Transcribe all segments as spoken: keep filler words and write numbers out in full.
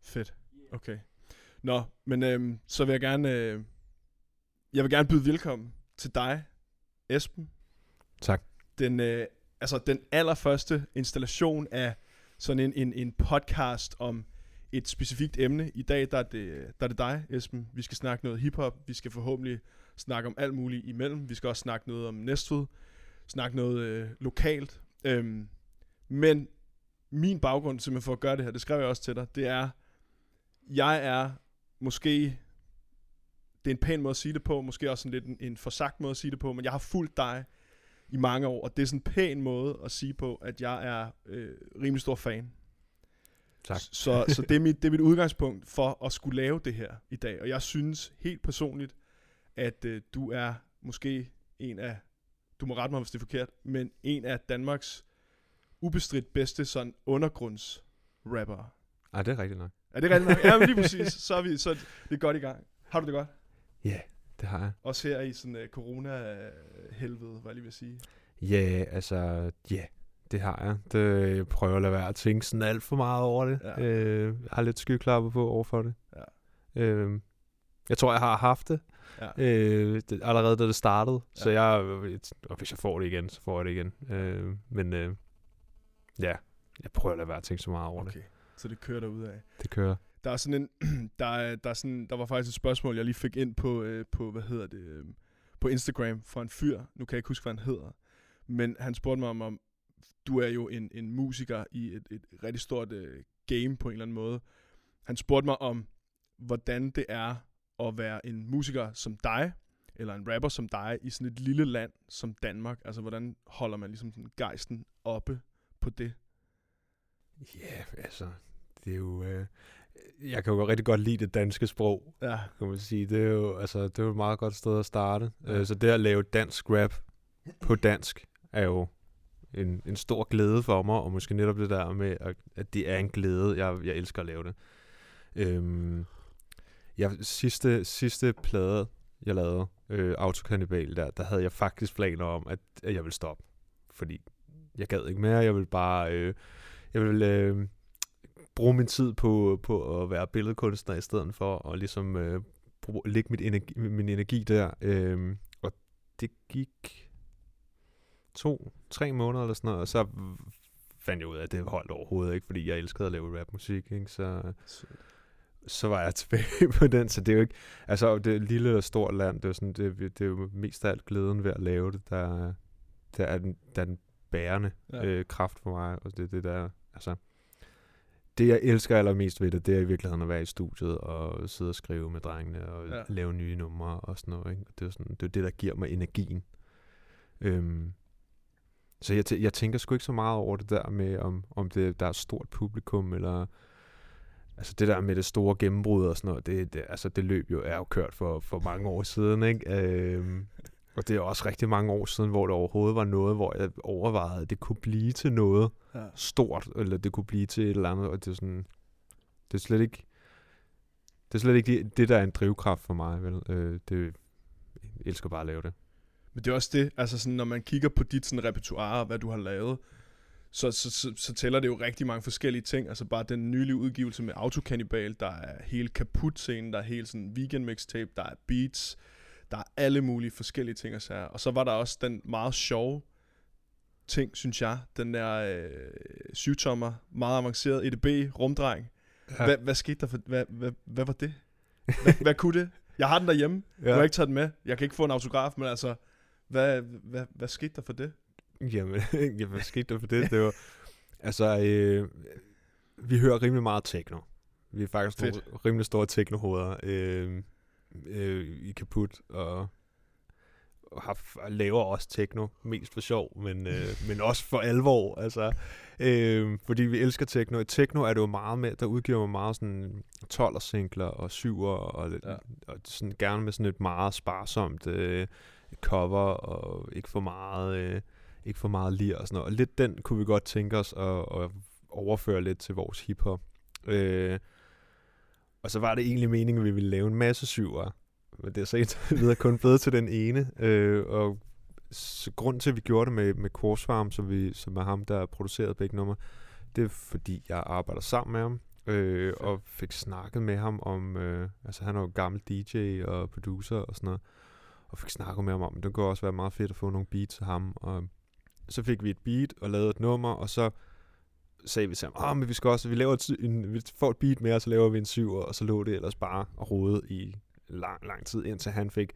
Fedt. Okay. Nå, men øhm, så vil jeg gerne, øh, jeg vil gerne byde velkommen til dig, Esben. Tak. Den, øh, altså den allerførste installation af sådan en, en, en podcast om et specifikt emne. I dag der er, det, der er det dig, Esben. Vi skal snakke noget hiphop. Vi skal forhåbentlig snakke om alt muligt imellem. Vi skal også snakke noget om Næstved. Snakke noget øh, lokalt. Øhm, men min baggrund simpelthen for at gøre det her, det skrev jeg også til dig, det er, jeg er måske, det er en pæn måde at sige det på, måske også en lidt en, en forsagt måde at sige det på, men jeg har fulgt dig i mange år, og det er sådan en pæn måde at sige på, at jeg er øh, rimelig stor fan. Tak. Så, så det, er mit, det er mit udgangspunkt for at skulle lave det her i dag, og jeg synes helt personligt, at øh, du er måske en af, du må rette mig, hvis det er forkert, men en af Danmarks ubestridt bedste sådan undergrundsrapper. Ej, det er rigtigt nok. Er det rigtigt nok? Ja, men lige præcis. Så er vi så det er godt i gang. Har du det godt? Ja, yeah, det har jeg. Også her i sådan uh, corona-helvede, var jeg lige ved at sige. Ja, yeah, altså, ja, yeah, det har jeg. Det, jeg prøver at lade være at tænke sådan alt for meget over det. Ja. Øh, jeg har lidt skyklapper på overfor det. Ja. Øh, jeg tror, jeg har haft det. Ja. Øh, det allerede da det startede. Ja. Så jeg, og hvis jeg får det igen, så får jeg det igen. Øh, men øh, ja, jeg prøver at lade være at tænke så meget over okay. det. Så det kører derudad. Det kører. Der er sådan en, der er, der er sådan, der var faktisk et spørgsmål, jeg lige fik ind på, øh, på hvad hedder det, øh, på Instagram fra en fyr. Nu kan jeg ikke huske, hvad han hedder. Men han spurgte mig om, om du er jo en, en musiker i et, et rigtig stort øh, game på en eller anden måde. Han spurgte mig om, hvordan det er at være en musiker som dig, eller en rapper som dig, i sådan et lille land som Danmark. Altså, hvordan holder man ligesom sådan gejsten oppe på det? Ja, yeah, altså, det er jo... Øh, jeg kan jo rigtig godt lide det danske sprog, ja. Kan man sige. Det er jo, altså, det er jo et meget godt sted at starte. Ja. Uh, så det at lave dansk rap på dansk, er jo en, en stor glæde for mig, og måske netop det der med, at, at det er en glæde. Jeg, jeg elsker at lave det. Um, jeg, sidste, sidste plade, jeg lavede, øh, Autocannibal, der, der havde jeg faktisk planer om, at, at jeg ville stoppe. Fordi jeg gad ikke mere. Jeg ville bare... Øh, jeg ville... Øh, bruge min tid på, på at være billedkunstner i stedet for at ligesom øh, bruge, lægge mit energi, min energi der. Øhm, og det gik to, tre måneder eller sådan noget, og så fandt jeg ud af, at det holdt overhovedet ikke, fordi jeg elskede at lave rapmusik, ikke? Så, så var jeg tilbage på den, så det er jo ikke, altså det er lille eller stort land, det er, sådan, det, det er jo mest af alt glæden ved at lave det, der, der, er, den, der er den bærende ja. øh, kraft for mig, og det det der, altså det, jeg elsker allermest ved det, det er i virkeligheden at være i studiet og sidde og skrive med drengene og ja. lave nye numre og sådan noget. Ikke? Det er sådan, det er det, der giver mig energien. Øhm, så jeg, t- jeg tænker sgu ikke så meget over det der med, om, om det, der er et stort publikum, eller altså det der med det store gennembrud og sådan noget, det, det, altså det løb jo er jo kørt for, for mange år siden, ikke? Øhm, og det er også rigtig mange år siden, hvor det overhovedet var noget, hvor jeg overvejede, at det kunne blive til noget ja. stort, eller det kunne blive til et eller andet, og det er sådan, det er slet ikke, det er slet ikke det, det der er en drivkraft for mig, vel? Øh, det, jeg elsker bare at lave det. Men det er også det, altså sådan, når man kigger på dit sådan repertoire, hvad du har lavet, så, så, så, så tæller det jo rigtig mange forskellige ting, altså bare den nylige udgivelse med Autocannibal, der er hele Kaput-scenen, der er hele sådan weekend mixtape, der er beats, der er alle mulige forskellige ting og sager. Og så var der også den meget sjove ting, synes jeg. Den der øh, syvtommer, meget avanceret E D B, rumdreng. Ja. Hvad, hvad skete der for... Hvad, hvad, hvad var det? Hvad, hvad kunne det? Jeg har den derhjemme. Ja. Jeg har ikke taget den med. Jeg kan ikke få en autograf, men altså... Hvad, hvad, hvad skete der for det? Jamen, ja, hvad skete der for det? Det var... Altså, øh, vi hører rimelig meget techno. Vi er faktisk nogle rimelig store techno-hoveder. Øh, Øh, i Kaput og, og har, laver også techno mest for sjov, men, øh, men også for alvor, altså øh, fordi vi elsker techno. I techno er det jo meget med, der udgiver man meget sådan tolver singler og syver og, ja. og sådan gerne med sådan et meget sparsomt øh, cover og ikke for meget øh, ikke for meget lir og sådan noget. Og lidt den kunne vi godt tænke os at, at overføre lidt til vores hiphop. Øh, Og så var det egentlig meningen, at vi ville lave en masse syvere. Men det er så indtil kun blevet til den ene. Øh, og så grunden til, at vi gjorde det med, med Korsfarm, som, vi, som er ham, der producerede begge numre, det er fordi, jeg arbejder sammen med ham. øh, og fik snakket med ham om, øh, altså han er jo gammel D J og producer og sådan noget, og fik snakket med ham om, det kunne også være meget fedt at få nogle beats til ham, og så fik vi et beat og lavede et nummer, og så sagde vi til ham, ah, men vi skal også, vi laver et, en, vi får et beat mere, og så laver vi en syver, og så lå det ellers bare og rode i lang, lang tid, indtil han fik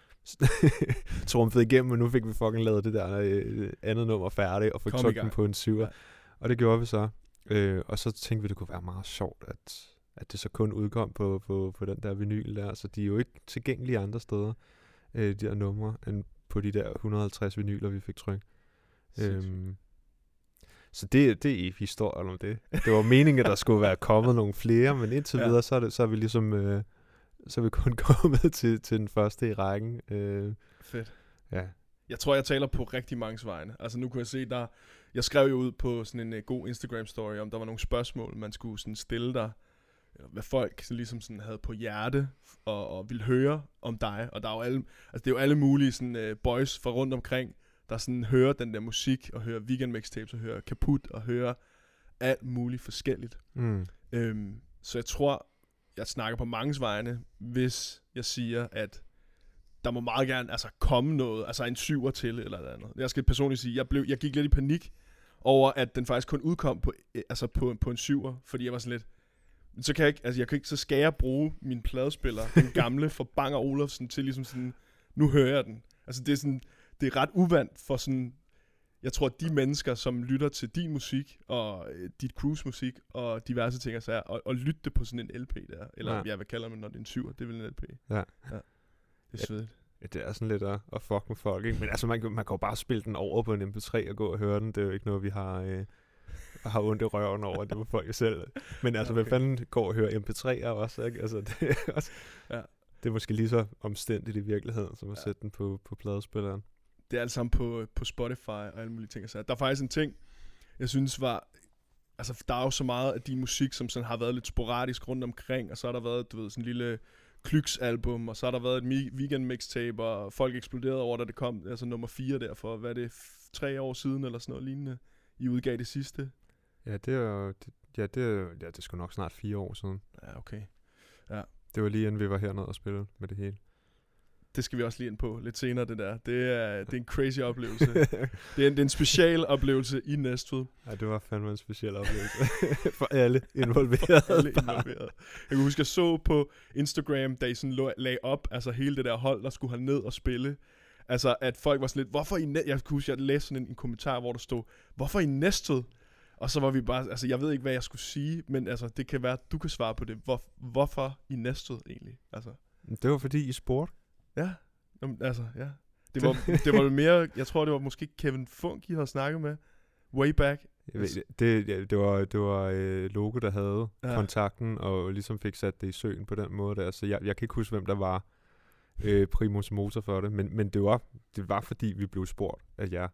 trumfet igennem, og nu fik vi fucking lavet det der øh, andet nummer færdigt, og fik trykt den på en syver. Ja. Og det gjorde vi så. Øh, og så tænkte vi, det kunne være meget sjovt, at, at det så kun udkom på, på, på den der vinyl der, så de er jo ikke tilgængelige andre steder, øh, de der numre, end på de der et hundrede og halvtreds vinyler, vi fik trykt. Øhm, så det, det er historien om det. Det var meningen, at der skulle være kommet nogle flere, men indtil ja. videre, så er, det, så er vi ligesom... Øh, så er vi kun kommet til, til den første i rækken. Øh, Fedt. Ja. Jeg tror, jeg taler på rigtig mange vegne. Altså nu kunne jeg se, der... Jeg skrev jo ud på sådan en uh, god Instagram-story, om der var nogle spørgsmål, man skulle sådan stille dig, hvad folk så ligesom sådan havde på hjerte, og, og ville høre om dig. Og der er jo alle, altså det er jo alle mulige sådan, uh, boys fra rundt omkring, der sådan hører den der musik, og hører weekend mixtapes, og hører Kaput, og hører alt muligt forskelligt. Mm. Øhm, så jeg tror, jeg snakker på manges vegne, hvis jeg siger, at der må meget gerne altså, komme noget, altså en syver til, eller noget andet. Jeg skal personligt sige, jeg, blev, jeg gik lidt i panik over, at den faktisk kun udkom på, altså på, på en syver, fordi jeg var sådan lidt, så kan jeg ikke, altså jeg kan ikke, så skal jeg bruge min pladespiller, den gamle fra Bang og Olufsen, til ligesom sådan, nu hører jeg den. Altså det er sådan, det er ret uvandt for sådan, jeg tror, at de mennesker, som lytter til din musik, og øh, dit crews musik, og diverse ting, altså, og, og lytte det på sådan en L P der, eller ja. jeg vil kalde det, når det er en syver, det er vel en L P. Ja. Ja. Det er svedigt. Ja, det er sådan lidt at, at fuck med folk, ikke? Men altså, man, man kan jo bare spille den over på en M P tre og gå og høre den. Det er jo ikke noget, vi har, øh, har ondt i røven over, det var folk selv. Men altså, okay. Hvem fanden går og hører M P tre'er også, ikke? Altså, det er, også, ja. det er måske lige så omstændigt i virkeligheden, som at ja. sætte den på, på pladespilleren. Det er alt sammen på, på Spotify og alle mulige ting. Så der er faktisk en ting, jeg synes var... Altså, der er jo så meget af din musik, som sådan har været lidt sporadisk rundt omkring, og så har der været, du ved, sådan en lille Klyks-album, og så har der været et weekend mixtape, og folk eksploderede over, da det kom, altså nummer fire der for, hvad er det, f- tre år siden, eller sådan noget lignende, I udgav det sidste. Ja, det er det, ja, det er, ja, det er sgu nok snart fire år siden. Ja, okay. Ja. Det var lige inden vi var hernede og spille med det hele. Det skal vi også lige ind på lidt senere, det der. Det er, det er en crazy oplevelse. det, er en, det er en special oplevelse i Næstved. Ja, det var fandme en speciel oplevelse. For alle involverede. For alle involverede. Jeg kan huske, jeg så på Instagram, da I sådan lagde op, altså hele det der hold, der skulle have ned og spille. Altså, at folk var sådan lidt, hvorfor I Næstved? Jeg kan huske, jeg læste sådan en, en kommentar, hvor der stod, hvorfor I Næstved? Og så var vi bare, altså jeg ved ikke, hvad jeg skulle sige, men altså, det kan være, at du kan svare på det. Hvor, hvorfor I Næstved egentlig? Altså. Det var fordi I sport. Ja, altså, ja. Det var, det var mere, jeg tror, det var måske Kevin Funk, I havde snakket med, way back. Jeg ved, det, ja, det var, det var øh, Logo, der havde ja. kontakten, og ligesom fik sat det i søen på den måde der. Så jeg, jeg kan ikke huske, hvem der var øh, primus motor for det, men, men det, var, det var, fordi vi blev spurgt af jer.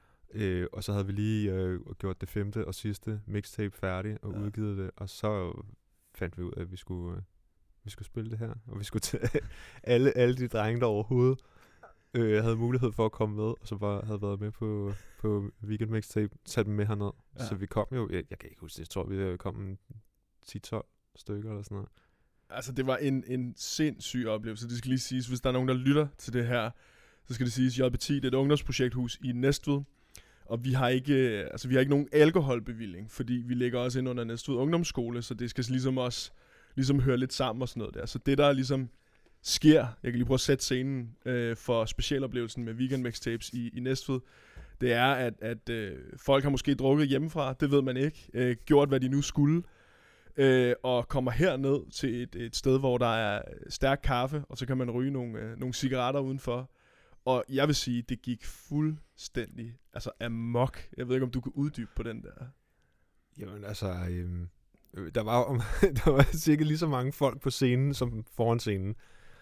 Øh, og så havde vi lige øh, gjort det femte og sidste mixtape færdigt og ja. udgivet det, og så fandt vi ud af, at vi skulle... Øh, vi skulle spille det her, og vi skulle tage alle, alle de drenge, der overhovedet øh, havde mulighed for at komme med, og så bare havde været med på, på weekend mixtape, tage dem med herned. Ja. Så vi kom jo, jeg, jeg kan ikke huske det, jeg tror vi kom ti tolv stykker eller sådan noget. Altså det var en, en sindssyg oplevelse, det skal lige siges, hvis der er nogen, der lytter til det her, så skal det siges, J B ti, det er et ungdomsprojekthus i Næstved, og vi har ikke, altså vi har ikke nogen alkoholbevilling, fordi vi ligger også ind under Næstved Ungdomsskole, så det skal ligesom også ligesom høre lidt sammen og sådan noget der. Så det, der ligesom sker, jeg kan lige prøve at sætte scenen øh, for specialoplevelsen med weekend mixtapes i, i Næstved, det er, at, at øh, folk har måske drukket hjemmefra, det ved man ikke, øh, gjort, hvad de nu skulle, øh, og kommer herned til et, et sted, hvor der er stærk kaffe, og så kan man ryge nogle, øh, nogle cigaretter udenfor. Og jeg vil sige, det gik fuldstændig altså amok. Jeg ved ikke, om du kan uddybe på den der. Jamen altså... Øh... Der var, der var sikkert lige så mange folk på scenen som foran scenen.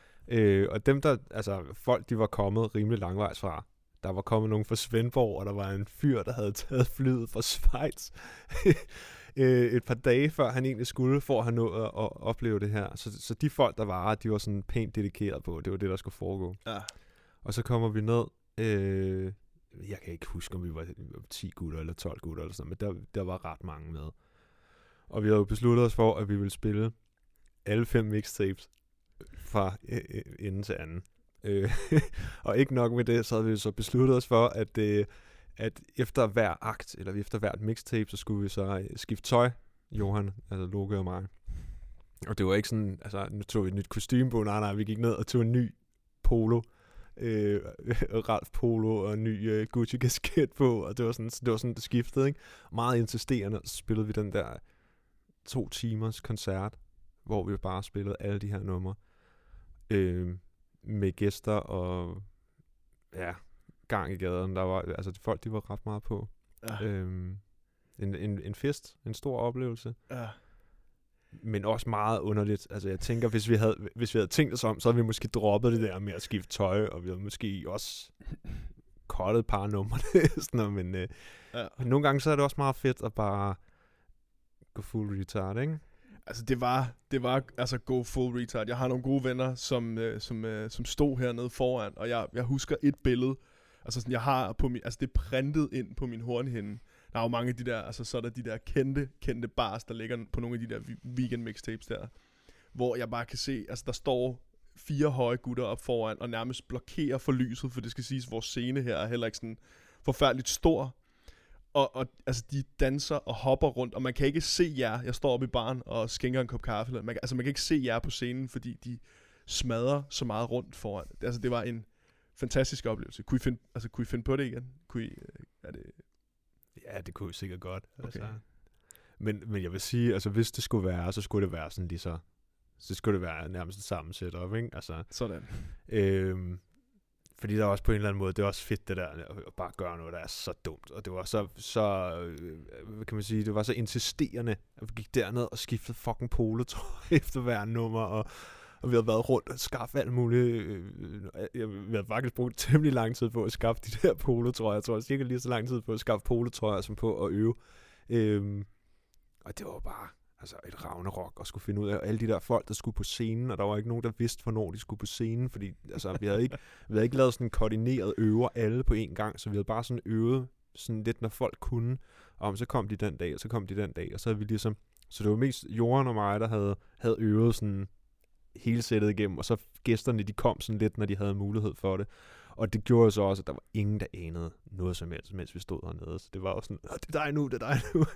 Øh, og dem der, altså folk, de var kommet rimelig langvejs fra. Der var kommet nogen fra Svendborg, og der var en fyr, der havde taget flyet fra Schweiz øh, et par dage før han egentlig skulle, for at have nået at opleve det her. Så, så de folk, der var, de var sådan pænt dedikeret på, det var det, der skulle foregå. Ja. Og så kommer vi ned, øh, jeg kan ikke huske, om vi var ti gutter eller tolv gutter eller sådan noget, men der, der var ret mange med. Og vi havde jo besluttet os for, at vi ville spille alle fem mixtapes fra øh, ende til anden. Øh, og ikke nok med det, så havde vi så besluttet os for, at, øh, at efter hver akt, eller efter hvert mixtape, så skulle vi så øh, skifte tøj, Johan, altså Loke og mig. Og det var ikke sådan, altså nu tog vi et nyt kostume på, nej nej, vi gik ned og tog en ny polo, øh, Ralph polo og en ny øh, Gucci kasket på, og det var sådan, det var sådan det skiftede, ikke? Meget insisterende, så spillede vi den der to timers koncert, hvor vi bare spillede alle de her numre, øh, med gæster og ja, gang i gaden. Der var, altså folk, de var ret meget på. Ja. Øhm, en, en, en fest, en stor oplevelse. Ja. Men også meget underligt. Altså jeg tænker, hvis vi havde, hvis vi havde tænkt os om, så havde vi måske droppet det der med at skifte tøj, og vi havde måske også cuttet et par numre. Sådan noget, men, øh, ja. men nogle gange så er det også meget fedt at bare gå full retard, ikke? Altså det var, det var altså go full retard. Jeg har nogle gode venner, som, øh, som, øh, som stod hernede foran, og jeg, jeg husker et billede, altså sådan, jeg har på min, altså det er printet ind på min hornhinde. Der er jo mange af de der, altså så er der de der kendte, kendte bars, der ligger på nogle af de der weekend mixtapes der, hvor jeg bare kan se, altså der står fire høje gutter op foran, og nærmest blokerer for lyset, for det skal siges, vores scene her er heller ikke sådan forfærdeligt stor. Og, og altså, de danser og hopper rundt, og man kan ikke se jer. Jeg står oppe i baren og skænker en kop kaffe. Man kan, altså, man kan ikke se jer på scenen, fordi de smadrer så meget rundt foran. Altså, det var en fantastisk oplevelse. Kunne I finde, altså, kunne I finde på det igen? Kunne I, er det... Ja, det kunne I sikkert godt. Okay. Altså. Men, men jeg vil sige, altså, hvis det skulle være, så skulle det være sådan lige så... Så skulle det være nærmest det samme setup, ikke? Altså, sådan. Øhm, Fordi der er også på en eller anden måde, det er også fedt det der, at bare gøre noget, der er så dumt. Og det var så, så hvad kan man sige, det var så insisterende, at vi gik derned og skiftede fucking polotrøje efter hver nummer, og, og vi havde været rundt og skaffe alt muligt. Vi havde faktisk brugt temmelig lang tid på at skaffe de der polotrøjer. Jeg tror cirka lige så lang tid på at skaffe polotrøjer, som på at øve. Øhm, og det var bare... Altså et ragnarok, og skulle finde ud af alle de der folk, der skulle på scenen, og der var ikke nogen, der vidste, hvornår de skulle på scenen, fordi altså, vi, havde ikke, vi havde ikke lavet sådan en koordineret øver alle på én gang, så vi havde bare sådan øvet sådan lidt, når folk kunne, og så kom de den dag, og så kom de den dag, og så havde vi ligesom, så det var mest Johan og mig, der havde, havde øvet sådan hele sættet igennem, og så gæsterne, de kom sådan lidt, når de havde mulighed for det, og det gjorde så også, at der var ingen, der anede noget som helst, mens vi stod hernede, så det var også sådan, det er dig nu, det er dig nu.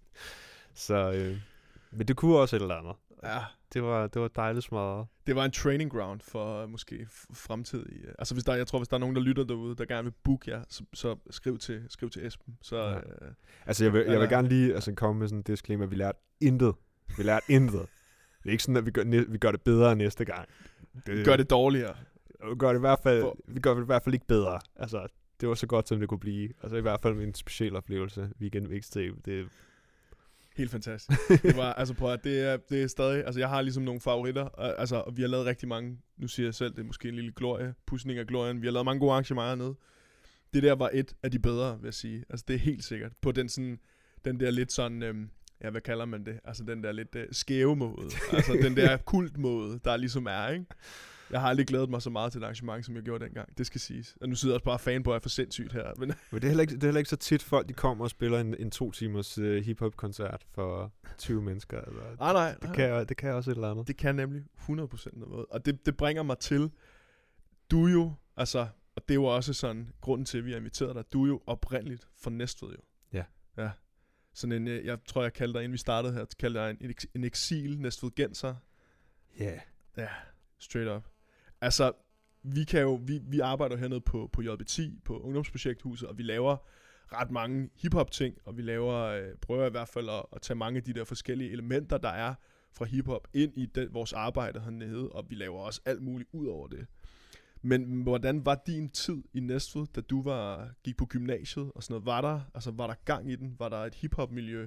så... Øh, Men det kunne også et eller andet. Ja. Det var, det var dejligt smadret. Det var en training ground for uh, måske fremtidig... Uh, altså hvis der, jeg tror, hvis der er nogen, der lytter derude, der gerne vil booke jer, så, så skriv, til, skriv til Esben. Så, ja. uh, altså jeg vil, jeg vil gerne lige altså, komme med sådan en disclaimer. Vi lærte intet. Vi lærte intet. Det er ikke sådan, at vi gør, vi gør det bedre næste gang. Det, vi gør det dårligere. Vi gør det i hvert fald, for... vi gør det i hvert fald ikke bedre. Altså, det var så godt, som det kunne blive. Altså i hvert fald en speciel oplevelse. Weekend mixtape. Det helt fantastisk. Det var, altså prøv at det er, det er stadig, altså jeg har ligesom nogle favoritter, og, altså og vi har lavet rigtig mange, nu siger jeg selv, det er måske en lille glorie, pudsning af glorien, vi har lavet mange gode arrangementer hernede. Det der var et af de bedre, vil jeg sige. Altså det er helt sikkert. På den sådan, den der lidt sådan, øhm, ja hvad kalder man det? Altså den der lidt øh, skæve måde. Altså den der kult måde, der ligesom er, ikke? Jeg har aldrig glædet mig så meget til et arrangement, som jeg gjorde dengang. Det skal siges. Og nu sidder jeg også bare fanboy for sindssygt her. Men, men det, er heller ikke, det er heller ikke så tit folk, de kommer og spiller en, en to timers uh, hip-hop-koncert for tyve mennesker. Eller. Ah, nej, det, kan, det kan også et eller andet. Det kan nemlig hundrede procent noget. Og det, det bringer mig til, du jo, altså, og det er jo også sådan, grunden til, at vi har inviteret dig, du er jo oprindeligt fra Næstved jo. Ja. Ja. Sådan en, jeg tror, jeg kaldte dig, inden vi startede her, kaldte dig en, en eksil Næstvedgenser. Ja. Yeah. Ja, straight up. Altså, vi kan jo, vi, vi arbejder hernede på, på J B ti, på Ungdomsprojekthuset, og vi laver ret mange hiphop ting, og vi laver, øh, prøver i hvert fald at, at tage mange af de der forskellige elementer, der er fra hiphop, ind i den, vores arbejde hernede, og vi laver også alt muligt ud over det. Men hvordan var din tid i Næstved, da du var, gik på gymnasiet og sådan noget? Var der, altså, var der gang i den? Var der et hiphop-miljø?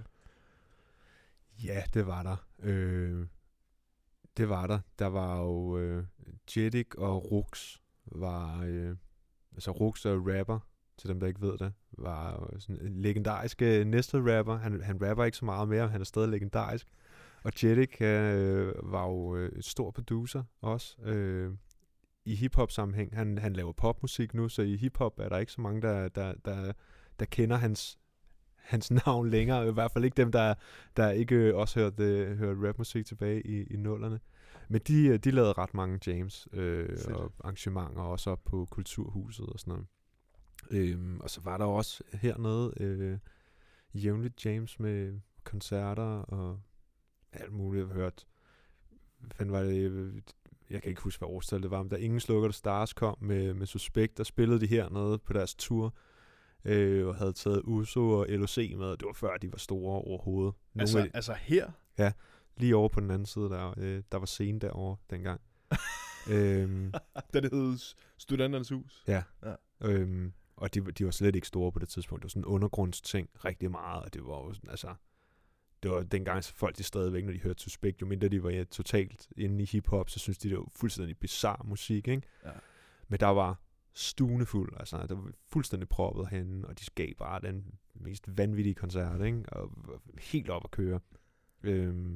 Ja, det var der. Øh... Det var der. Der var jo øh, Jeddik og Rux var, øh, altså Rux er rapper, til dem der ikke ved det, var sådan en legendarisk Næstved-rapper. Han, han rapper ikke så meget mere, han er stadig legendarisk. Og Jeddik øh, var jo øh, et stor producer også, øh, i hiphop-sammenhæng. Han, han laver popmusik nu, så i hiphop er der ikke så mange, der, der, der, der kender hans, hans navn længere. I hvert fald ikke dem, der, der ikke øh, også hørte, øh, hørte rapmusik tilbage i, i nullerne. Men de, de lavede ret mange jams øh, og arrangementer, også op på Kulturhuset og sådan noget. Øhm, og så var der også hernede øh, jævnligt jams med koncerter og alt muligt. Jeg har hørt, hvad fanden var det, jeg kan ikke huske, hvad årstal det var, men da Ingen Slukker det Stars kom med, med Suspekt, der spillede de hernede på deres tur, øh, og havde taget Uso og L O C med, det var før de var store overhovedet. Altså, de, altså her? Ja, lige over på den anden side, der, øh, der var scene derovre dengang. øhm, da det hed Studenternes Hus? Ja, ja. Øhm, og de, de var slet ikke store på det tidspunkt. Det var sådan en undergrundsting rigtig meget, og det var jo sådan, altså, det var dengang, så folk de stadigvæk, når de hørte Suspekt, jo mindre de var ja, totalt inde i hiphop, så synes de, det var fuldstændig bizarre musik, ikke? Ja. Men der var stunefuld, altså, der var fuldstændig proppet henne, og de gav bare den mest vanvittige koncert, ikke? Og helt op at køre. Øhm,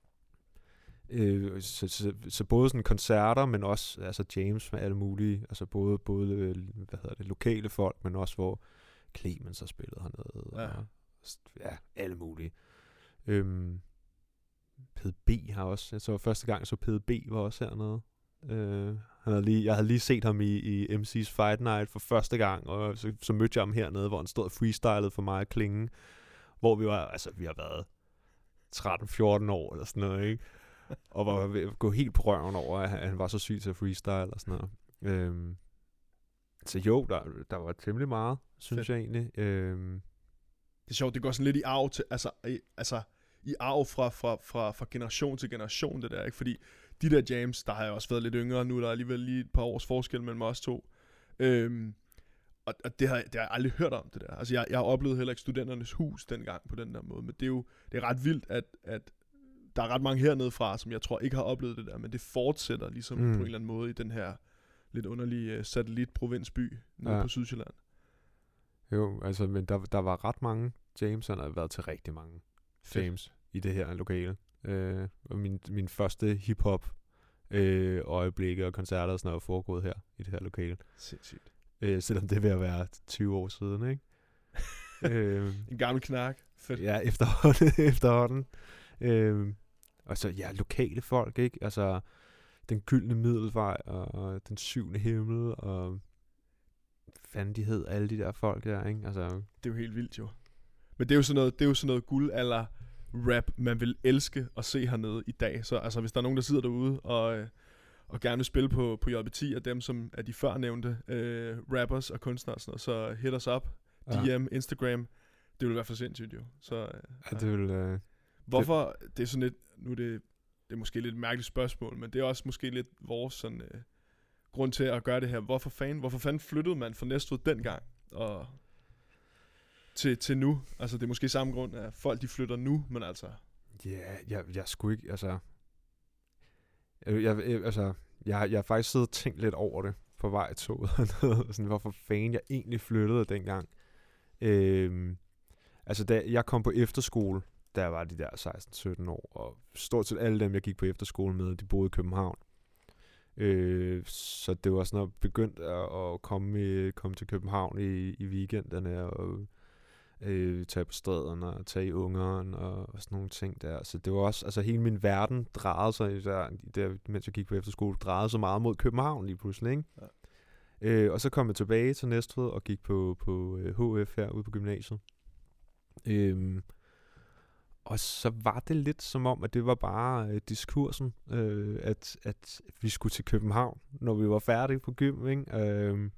øh, så, så, så både sådan koncerter, men også altså James med alle mulige, altså både, både hvad hedder det, lokale folk, men også hvor Clemens har spillet hernede, ja. Og ja, alle mulige. Øhm, P D B har også, jeg så første gang så P D B var også hernede. Øh, han havde lige, jeg havde lige set ham i, i M C's Fight Night for første gang, og så, så mødte jeg ham hernede, hvor han stod og freestylede for mig og Klingen, hvor vi var, altså vi har været tretten fjorten år eller sådan noget, ikke? Og var ved at gå helt på røven over, at han var så syg til at freestyle og sådan noget. Øhm, så jo, der, der var temmelig meget, synes Fedt. jeg egentlig. Øhm, det er sjovt, det går sådan lidt i arv til, altså, i, altså i arv fra, fra, fra, fra generation til generation, det der, ikke? Fordi de der jams, der har jeg også været lidt yngre, nu er der alligevel lige et par års forskel mellem os to. Øhm, og og det, har, det har jeg aldrig hørt om, det der. Altså, jeg, jeg har oplevet heller ikke Studenternes Hus dengang på den der måde, men det er jo det er ret vildt, at, at der er ret mange hernede fra, som jeg tror ikke har oplevet det der, men det fortsætter ligesom mm. på en eller anden måde i den her lidt underlige uh, satellitprovinsby nede ja. på Sydsjælland. Jo, altså, men der, der var ret mange James, han har været til rigtig mange James i det her lokale. Øh, og min, min første hiphop øh, øjeblikke og koncerter og sådan noget er foregået her i det her lokale. Sindssygt. Øh, selvom det vil være tyve år siden, ikke? øh, en gammel knak. Fedt. Ja, efterhånden. efterhånden. Øh, og så, ja, lokale folk, ikke? Altså, den gyldne middelvej og, og den syvende himmel og fanden de hed, alle de der folk der, ikke? Altså, det er jo helt vildt, jo. Men det er jo sådan noget, det er jo sådan noget guld eller rap, man vil elske at se hernede i dag. Så altså, hvis der er nogen, der sidder derude og, og gerne vil spille på, på J B ti, og dem, som er de førnævnte øh, rappers og kunstnere og sådan noget, så hit os op. Ja. D M, Instagram. Det vil være for sindssygt, jo. Så, øh, ja, det vil... Øh, Hvorfor, det... det er sådan lidt, nu er det, det er måske lidt et mærkeligt spørgsmål, men det er også måske lidt vores sådan, øh, grund til at gøre det her. Hvorfor fanden, hvorfor fanden flyttede man fra Næstved dengang og til, til nu? Altså, det er måske samme grund, at folk de flytter nu, men altså... Ja, yeah, jeg, jeg skulle ikke, altså... Jeg, jeg, altså, jeg, jeg har faktisk siddet og tænkt lidt over det på vej i toget. Sådan, hvorfor fanden jeg egentlig flyttede dengang. Øhm, altså, da jeg kom på efterskole, der var de der seksten sytten år, og stort set alle dem, jeg gik på efterskole med, de boede i København. Øh, så det var sådan at begyndt at, at komme, i, komme til København i, i weekenderne, og øh, tage på stræderne, og tage i ungeren, og, og sådan nogle ting der. Så det var også, altså hele min verden drejede sig, der, der, mens jeg gik på efterskole, drejede så meget mod København lige pludselig, ikke? Ja. Øh, og så kom jeg tilbage til Næstved, og gik på, på H F herude på gymnasiet. Øh, Og så var det lidt som om, at det var bare øh, diskursen, øh, at, at vi skulle til København, når vi var færdige på gym, ikke? Øh,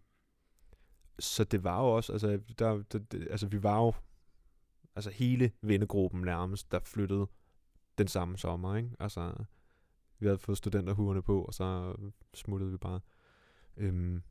så det var jo også, altså, der, der, der, altså vi var jo, altså hele vennegruppen nærmest, der flyttede den samme sommer, ikke? Altså, vi havde fået studenterhuerne på, og så smuttede vi bare. Øh,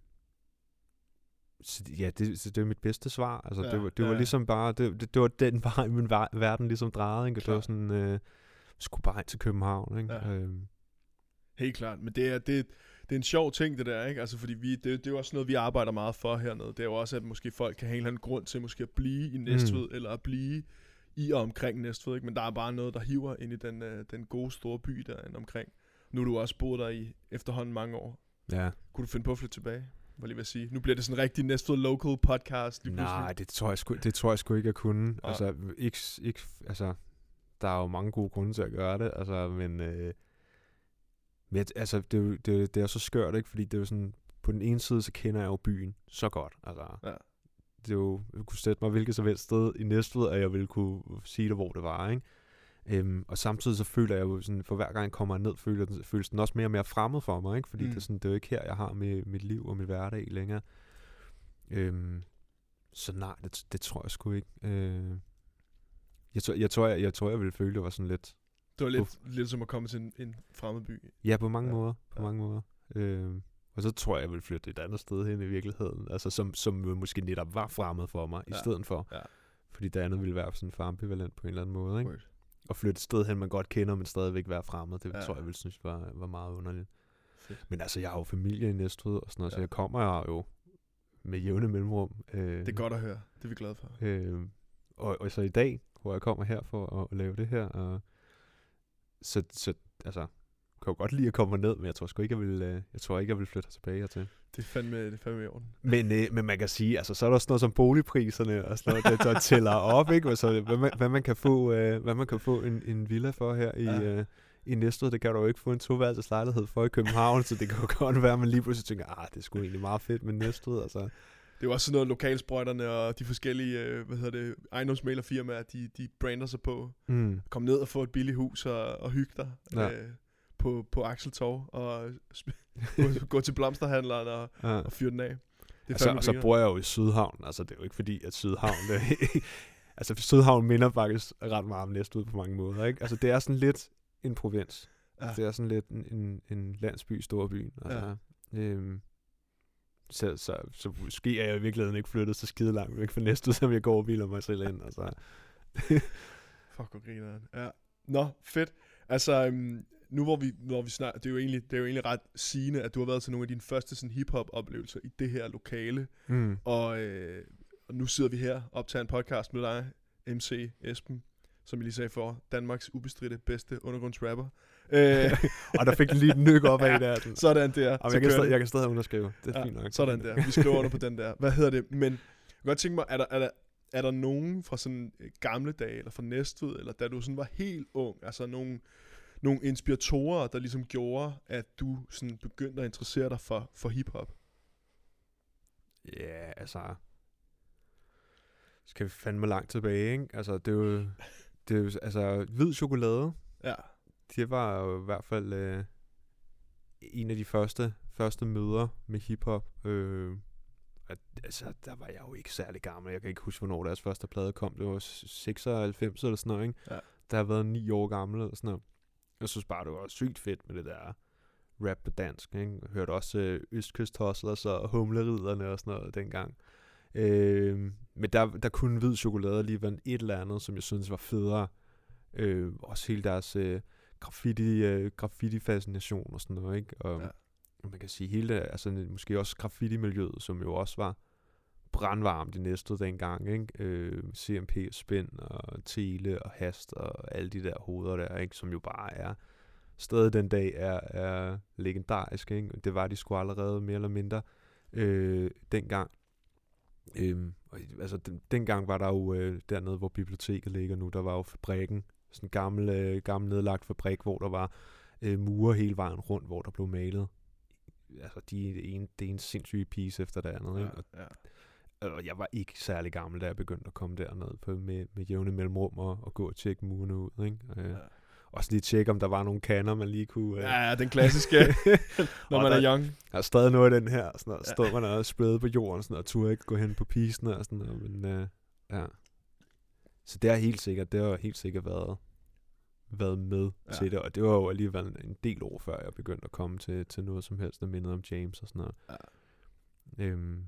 Så ja, det, så det var mit bedste svar. Altså, ja, det, var, det ja. var ligesom bare, det, det, det var den vej, min verden ligesom drejede, ikke? Det var sådan, øh, skulle bare ind til København, ikke? Ja. Øhm. Helt klart, men det er, det, det er en sjov ting, det der, ikke? Altså, fordi vi, det, det er jo også noget, vi arbejder meget for hernede. Det er jo også, at måske folk kan have en eller anden grund til måske at blive i Næstved, mm. eller at blive i og omkring Næstved, ikke? Men der er bare noget, der hiver ind i den, øh, den gode store by derinde omkring. Nu er du også boet der i efterhånden mange år. Ja. Kunne du finde på at flytte tilbage? var lige ved at sige. Nu bliver det sådan en rigtig Næstved local podcast. Lige Nej, det tror, jeg sgu, det tror jeg sgu ikke, jeg kunne. Ja. Altså, ikke, ikke, altså, der er jo mange gode grunde til at gøre det, altså, men, øh, men altså, det, er jo, det, det er så skørt, ikke? Fordi det er jo sådan, på den ene side, så kender jeg jo byen så godt, altså. Ja. Det er jo, jeg kunne sætte mig hvilket som helst sted i Næstved, og jeg ville kunne sige det, hvor det var, ikke? Øhm, og samtidig så føler jeg jo sådan, for hver gang jeg kommer ned, føler den, føles den også mere og mere fremmed for mig, ikke? Fordi mm. det, er sådan, det er jo ikke her, jeg har med, mit liv og mit hverdag længere. Øhm, så nej, det, det tror jeg sgu ikke. Øh, jeg, tror, jeg, tror, jeg, jeg tror, jeg ville føle, det var sådan lidt... Det var lidt, uff. lidt som at komme til en, en fremmed by. Ja, på mange ja. måder. På ja. mange måder. Øh, og så tror jeg, jeg ville flytte et andet sted hen i virkeligheden. Altså, som, som måske netop var fremmed for mig, ja. i stedet for. Ja. Fordi det andet ville være sådan for ambivalent på en eller anden måde, ikke? Right. Og flytte et sted hen, man godt kender, men stadigvæk være fremmed. Det ja. tror jeg ville synes var, var meget underligt. Fedt. Men altså, jeg har jo familie i Næstved og sådan noget, ja. så jeg kommer jo med jævne mellemrum. Øh, det er godt at høre. Det er vi glade for. Øh, og, og så i dag, hvor jeg kommer her for at, at lave det her, og så, så altså, jeg kan jo godt lide at komme ned, men jeg tror sgu ikke, jeg vil, øh, jeg tror ikke, jeg vil flytte tilbage hertil. Det er fandme, det er fandme i orden. Men, øh, men man kan sige, altså, så er der også noget som boligpriserne og sådan noget, der, der tæller op, ikke? Så, hvad, man, hvad man kan få, øh, hvad man kan få en, en villa for her i, ja. øh, i Næstved, det kan du jo ikke få en toværelses lejlighed for i København, så det kan jo godt være, at man lige pludselig tænker, ah, det er sgu egentlig meget fedt med Næstved, altså. Det er jo også sådan noget, lokalsprøjterne og de forskellige, øh, hvad hedder det, ejendomsmæglerfirmaer, de, de brander sig på. Mm. Kom ned og få et billigt hus og, og hygge dig. Ja. Øh, på, på Axel Torv og gå, gå til blomsterhandleren og, ja. og fyre den af. Det altså, og så bor jeg jo i Sydhavn. Altså, det er jo ikke fordi, at Sydhavn... det, altså, Sydhavn minder faktisk ret meget om Næstved på mange måder, ikke? Altså, det er sådan lidt en provins. Ja. Det er sådan lidt en, en, en landsby i storbyen. Altså, ja. øhm, så, så, så måske er jeg i virkeligheden ikke flyttet så skide langt væk fra Næstved, som jeg går og biler mig selv ind. Altså. Fuck, hvor griner han. Ja. Nå, fedt. Altså... Um Nu hvor vi, hvor vi snakker, det er jo egentlig, det er jo egentlig ret sigende, at du har været til nogle af dine første sådan hip-hop-oplevelser i det her lokale. Mm. Og, øh, og nu sidder vi her og optager en podcast med dig, M C Esben, som jeg lige sagde for, Danmarks ubestridte bedste undergrundsrapper. Øh, og der fik lige et nyk op af der. Sådan. Sådan der. Jamen, jeg, kan stadig, jeg kan stadig underskrive. Det er ja, fint nok. Sådan der. Vi skriver under på den der. Hvad hedder det? Men jeg kan godt tænke mig, er der, er der, er der nogen fra sådan gamle dage, eller fra Næstved, eller da du sådan var helt ung, altså nogen... nogle inspiratorer, der ligesom gjorde, at du sådan begyndte at interessere dig for, for hiphop? Ja, yeah, altså... Skal vi fandme langt tilbage, ikke? Altså, det er jo... Det er jo altså, hvid chokolade. Ja. Det var jo i hvert fald øh, en af de første, første møder med hiphop. Øh, at, altså, der var jeg jo ikke særlig gammel. Jeg kan ikke huske, hvornår deres første plade kom. Det var seksoghalvfems eller sådan noget, ikke? Ja. Der har været ni år gammel eller sådan noget. Jeg synes bare, det var sygt fedt med det der rap på dansk, ikke? Jeg hørte også øh, Østkyst Hustlers og Humleriderne og sådan noget dengang. Øh, men der, der kunne hvid chokolade lige være et eller andet, som jeg synes var federe. Øh, også hele deres øh, graffiti, øh, graffiti-fascination og sådan noget, ikke? Og, ja. og man kan sige hele det, altså måske også graffiti-miljøet, som jo også var brandvarmt i Næstved dengang, ikke? Øh, C M P og Spin og Tele og Hast og alle de der hoveder der, ikke? Som jo bare er stadig den dag er, er legendarisk, ikke? Det var de sgu allerede mere eller mindre øh, dengang. Øh, og, altså den, dengang var der jo øh, dernede, hvor biblioteket ligger nu, der var jo fabrikken, sådan en gammel, øh, gammel nedlagt fabrik, hvor der var øh, mure hele vejen rundt, hvor der blev malet. Altså de, en, det er en sindssyg piece efter det andet, ikke? Og, ja, ja. Og jeg var ikke særlig gammel, da jeg begyndte at komme derned på, med, med jævne mellemrum og, og gå og tjekke murene ud, ikke? Øh, ja. Også lige tjekke, om der var nogle kander, man lige kunne... Øh. Ja, ja, den klassiske, når man der, er young. Der er stadig noget af den her, sådan noget, ja. Stod man og sprede på jorden, sådan noget, og turde ikke gå hen på pisen og sådan noget, men øh, ja. Så det har helt sikkert, det har helt sikkert været, været med ja. til det, og det var jo alligevel en del år før, jeg begyndte at komme til, til noget som helst, der mindede om James og sådan noget. Ja. Øhm,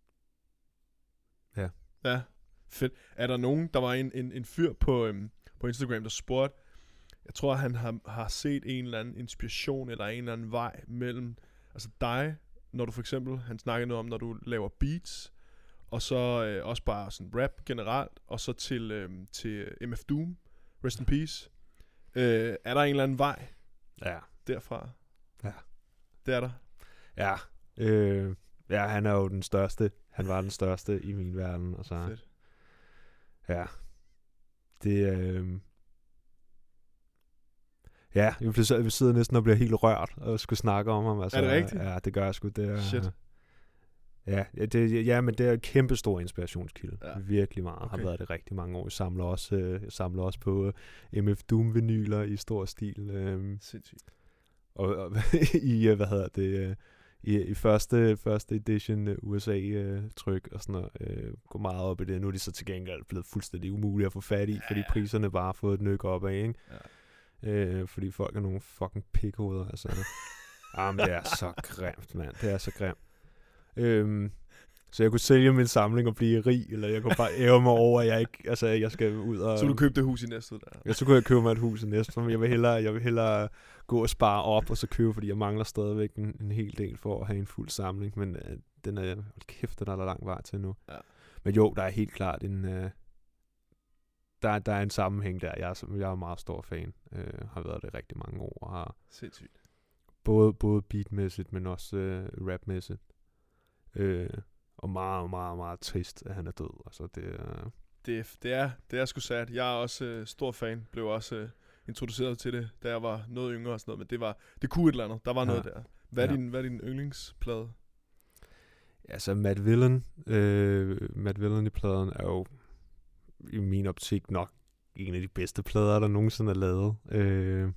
ja. Ja, fedt. Er der nogen, der var en, en, en fyr på, øhm, på Instagram, der spurgte, jeg tror, han har, har set en eller anden inspiration, eller en eller anden vej mellem, altså dig, når du for eksempel, han snakkede noget om, når du laver beats, og så øh, også bare sådan rap generelt, og så til, øh, til M F Doom, Rest in Peace. Øh, er der en eller anden vej ja. derfra? Ja. Det er der? Ja. Øh, ja, han er jo den største. Han var den største i min verden. Og så, Fedt. Ja. Det, øh, ja, jeg bliver, jeg sidder næsten og bliver helt rørt og skulle snakke om ham. Altså, er det rigtigt? Ja, det gør jeg sgu. Det er, Shit. Ja, det, ja, men det er en kæmpe stor inspirationskilde. Ja. Virkelig meget. Okay. Har været det rigtig mange år. Jeg samler også, øh, jeg samler også på uh, M F Doom-vinyler i stor stil. Øh, Sindssygt. Og, og i, hvad hedder det, uh, i, i første, første edition uh, U S A-tryk uh, og sådan noget, uh, går meget op i det. Nu er de så til gengæld blevet fuldstændig umulige at få fat i, ja, fordi priserne bare har fået et nyk opad, ikke? Ja. Uh, fordi folk er nogle fucking pikhoveder, altså. Jamen, det er så grimt, mand. Det er så grimt. Øhm, så jeg kunne sælge min samling og blive rig, eller jeg kunne bare ære mig over, at jeg ikke, altså jeg skal ud og... Så du købte det hus i Næstved der? Ja, så kunne jeg købe mig et hus i Næstved, men jeg vil hellere, jeg vil hellere gå og spare op, og så købe, fordi jeg mangler stadigvæk en, en hel del for at have en fuld samling, men øh, den er, kæft, den er der lang vej til nu. Ja. Men jo, der er helt klart en, øh, der, der er en sammenhæng der. Jeg er, jeg er meget stor fan, øh, har været det rigtig mange år, og har... Sindssygt. Både, både beatmæssigt, men også øh, rapmæssigt. Øh, og meget, meget, meget trist, at han er død. Altså, det, øh... det, det, er, det er sgu sad. Jeg er også øh, stor fan. Blev også øh, introduceret til det, da jeg var noget yngre og sådan noget. Men det var, det kunne et eller andet. Der var ja. noget der. Hvad er, ja. din, hvad er din yndlingsplade? Altså, Matt Villain. Øh, Matt Villain i pladen er jo i min optik nok en af de bedste plader, der nogensinde er lavet. Øh,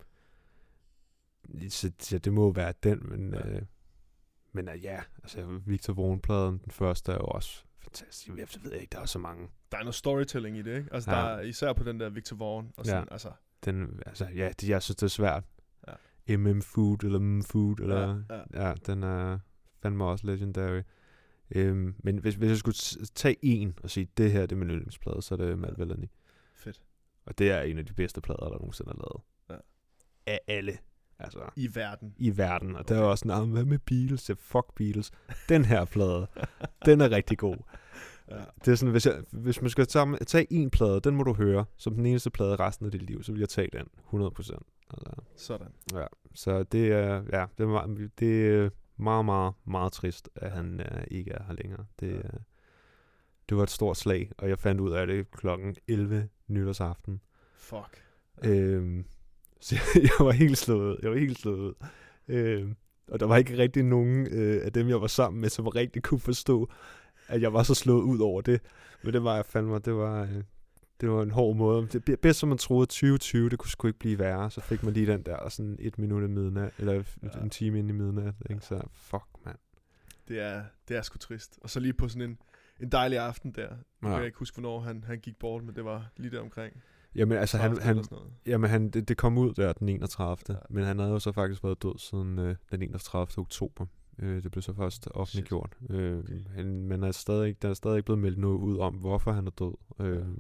så, så det må være den, men... Ja. Øh, Men uh, ja, altså Victor Vaughn-pladen, den første er jo også fantastisk. Jeg ved ikke, der er så mange. Der er noget storytelling i det, ikke? Altså ja. Der er især på den der Victor Vaughn. Og sådan, ja. altså. Den, altså, ja, det, jeg synes, det er svært. Ja. M M Food, eller M Food, eller... Ja, ja. ja den er fandme også legendary. Um, men hvis, hvis jeg skulle tage en og sige, det her det er min yndlingsplade, så er det Matt Villain. Fedt. Og det er en af de bedste plader, der nogensinde er lavet. Ja. Af alle. Altså, I verden. I verden. Og okay. Der er også sådan, hvad med Beatles? Ja, fuck Beatles. Den her plade, den er rigtig god. Ja. Det er sådan, hvis, jeg, hvis man skal tage, tage en plade, den må du høre, som den eneste plade resten af dit liv, så vil jeg tage den, hundrede procent. Altså, sådan. Ja, så det er, ja, det er, meget, det er meget, meget, meget trist, at han uh, ikke er her længere. Det, ja. uh, det var et stort slag, og jeg fandt ud af det klokken elleve nytårsaften. Fuck. Øhm, Så jeg var helt slået ud. Jeg var helt slået ud. Øh, og der var ikke rigtig nogen øh, af dem, jeg var sammen med, som rigtig kunne forstå, at jeg var så slået ud over det. Men det var jeg fandme, det var, øh, det var en hård måde. Det bedst, som man troede, tyve tyve, det kunne sgu ikke blive værre. Så fik man lige den der sådan et minut i midnat, eller ja. en time ind i midnat. Ikke? Så fuck, mand. Det er, det er sgu trist. Og så lige på sådan en, en dejlig aften der. Nu kan jeg ikke huske, hvornår han, han gik bort, men det var lige der omkring. Jamen altså han, han, jamen, han det, det kom ud der den enogtredivte Ja. Men han havde jo så faktisk været død siden øh, den enogtredivte oktober øh, Det blev så først offentliggjort. øh, okay. han, Men er stadig, der er stadig ikke blevet meldt noget ud om, hvorfor han er død. øh, ja.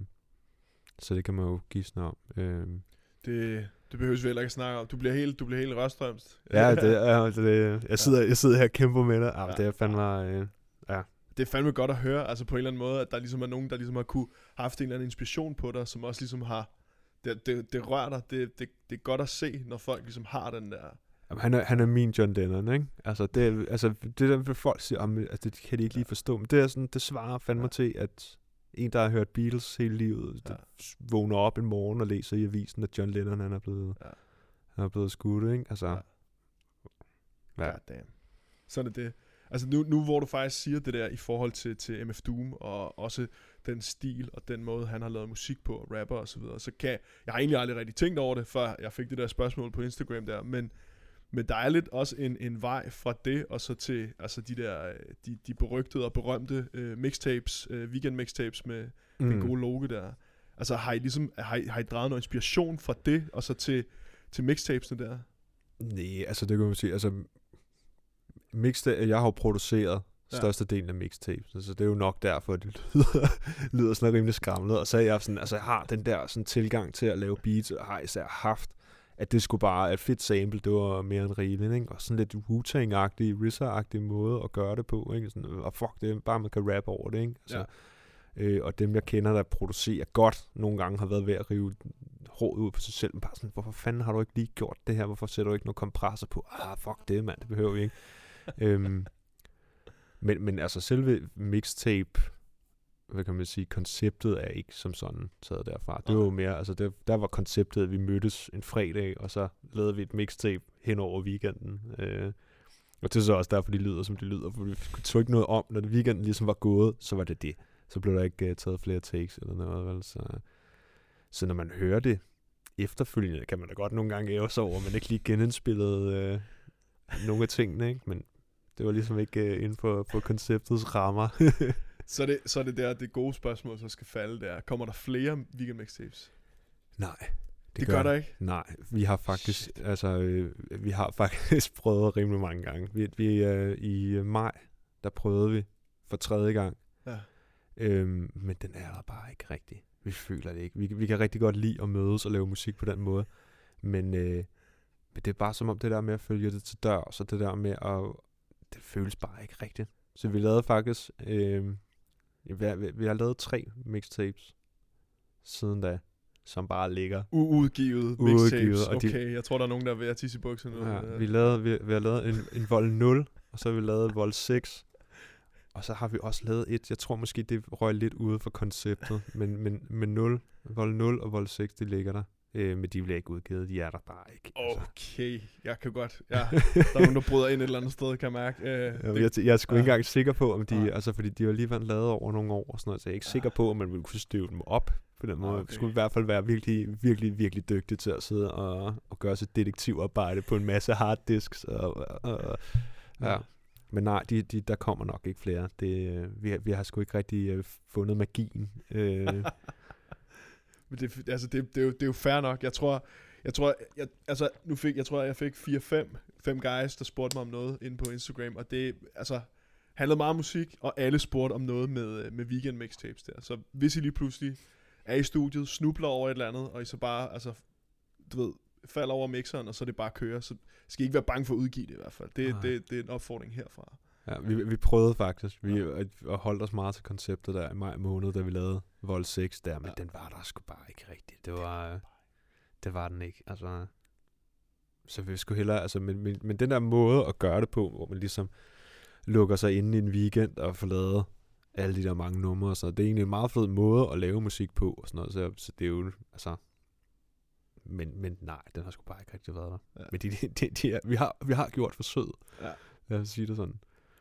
Så det kan man jo gisne om. øh. Det, det behøves vi heller ikke snakke om. Du bliver helt, du bliver helt rørstrømst. Ja, det er det. Jeg sidder, jeg sidder her og kæmper med det. Ah, ja. Det er fandme... Øh, ja. Det er fandme godt at høre, altså på en eller anden måde, at der ligesom er nogen, der ligesom har kunne haft en eller anden inspiration på dig, som også ligesom har, det, det, det rører dig, det, det, det er godt at se, når folk ligesom har den der... Jamen, han, er, han er min John Lennon, ikke? Altså, det, altså, det der folk siger, om, altså, det kan de ikke lige forstå, men det er sådan, det svarer fandme ja. til, at en, der har hørt Beatles hele livet, ja. vågner op en morgen og læser i avisen, at John Lennon, han er blevet, ja. han er blevet skudt, ikke? Altså... Ja. God damn. Sådan er det. Altså nu, nu hvor du faktisk siger det der i forhold til, til M F Doom, og også den stil og den måde, han har lavet musik på, rapper og så videre, så kan jeg, jeg har egentlig aldrig rigtig tænkt over det, før jeg fik det der spørgsmål på Instagram der, men, men der er lidt også en, en vej fra det, og så til altså de der, de, de berygtede og berømte uh, mixtapes, uh, weekend mixtapes med mm. den gode logo der. Altså har I ligesom, har I, har I draget noget inspiration fra det, og så til, til mixtapesene der? Nej, altså det kan man sige, altså mixtape, jeg har jo produceret ja. størstedelen af mixtapes, så det er jo nok derfor, at det lyder, lyder sådan rimelig skramlet. Og så er jeg sådan, altså jeg har den der sådan tilgang til at lave beats, og har især haft, at det skulle bare, et fedt sample, det var mere end rigeligt, ikke? Og sådan lidt Wu-Tang-agtig, R Z A-agtig måde at gøre det på, ikke? Sådan, og fuck det, bare man kan rappe over det, ikke? Altså, ja. øh, og dem jeg kender, der producerer godt, nogle gange har været ved at rive hårdt ud på sig selv, men bare sådan, hvorfor fanden har du ikke lige gjort det her? Hvorfor sætter du ikke noget kompressor på? Ah, fuck det, mand, det behøver vi ikke. øhm, Men, men altså selve mixtape, hvad kan man sige, konceptet er ikke som sådan taget derfra. Det var jo mere, altså det, der var konceptet, at vi mødtes en fredag, og så lavede vi et mixtape hen over weekenden. Øh, og det er så også derfor, de lyder, som de lyder, for vi tog ikke noget om, når det weekenden ligesom var gået, så var det det. Så blev der ikke uh, taget flere takes eller noget, vel? Så, så når man hører det efterfølgende, kan man da godt nogle gange ære sig over, at man ikke lige genindspillede uh, nogle af tingene, ikke? Men det var ligesom ikke uh, inden for, for konceptets rammer. så, det, så er det der, det gode spørgsmål, så skal falde der. Kommer der flere weekend mixtapes? Nej. Det, det gør, gør der ikke? Nej, vi har faktisk, Shit. altså, øh, vi har faktisk prøvet rimelig mange gange. Vi, vi øh, i maj, der prøvede vi for tredje gang. Ja. Øhm, men den er der bare ikke rigtig. Vi føler det ikke. Vi, vi kan rigtig godt lide at mødes og lave musik på den måde. Men, øh, men det er bare som om det der med at følge det til dør, så det der med at, det føles bare ikke rigtigt. Så vi lavede faktisk, øh, vi, vi, vi har lavet tre mixtapes siden da, som bare ligger uudgivet mixtapes. Okay, de, jeg tror der er nogen der er ved at tisse i bukserne. Ja, vi lavede vi, vi har lavet en, en vold nul, og så har vi lavet vold seks. Og så har vi også lavet et, jeg tror måske det røg lidt ude for konceptet, men, men med nul, vold nul og vold seks, de ligger der. Øh, men de bliver ikke udgivet, de er der bare ikke. Altså. Okay, jeg kan godt, ja, der er nogen, der bryder ind et eller andet sted, kan jeg mærke. Øh, ja, det, jeg, jeg er sgu ja. ikke engang sikker på, om de, ja. altså fordi de har lige været lavet over nogle år og sådan noget, så jeg er ikke ja. sikker på, om man ville kunne støve dem op på den måde. Okay. Det skulle i hvert fald være virkelig, virkelig, virkelig dygtig til at sidde og, og gøre sit detektivarbejde på en masse harddisks. Og, og, og, ja. ja. Men nej, de, de, der kommer nok ikke flere. Det, vi, vi har sgu ikke rigtig uh, fundet magien. Øh. Men det, altså det, det, er jo, det er jo fair nok. Jeg tror, jeg tror, jeg, altså nu fik, jeg tror, jeg fik fire fem fem guys, der spurgte mig om noget inde på Instagram, og det, altså, handlede meget om musik, og alle spurgte om noget med, med weekend mixtapes der. Så hvis I lige pludselig er i studiet, snubler over et eller andet, og I så bare, altså, du ved, falder over mixeren, og så det bare kører, så skal I ikke være bange for at udgive det i hvert fald. Det, det, det er en opfordring herfra. Ja, vi, vi prøvede faktisk. Vi ja. holdt os meget til konceptet der i maj måned, da vi lavede Vold seks der, men ja. den var der sgu bare ikke rigtigt. Det var, det var den ikke. Altså, så vi skulle hellere, altså, men, men, men den der måde at gøre det på, hvor man ligesom lukker sig inde i en weekend og får lavet alle de der mange numre, så det er egentlig en meget fed måde at lave musik på og sådan noget, så, så det er jo, altså, men, men nej, den har sgu bare ikke rigtig været der. Ja. Men de, de, de, de er, vi, har, vi har gjort forsøget. Ja. Lad os sige det sådan.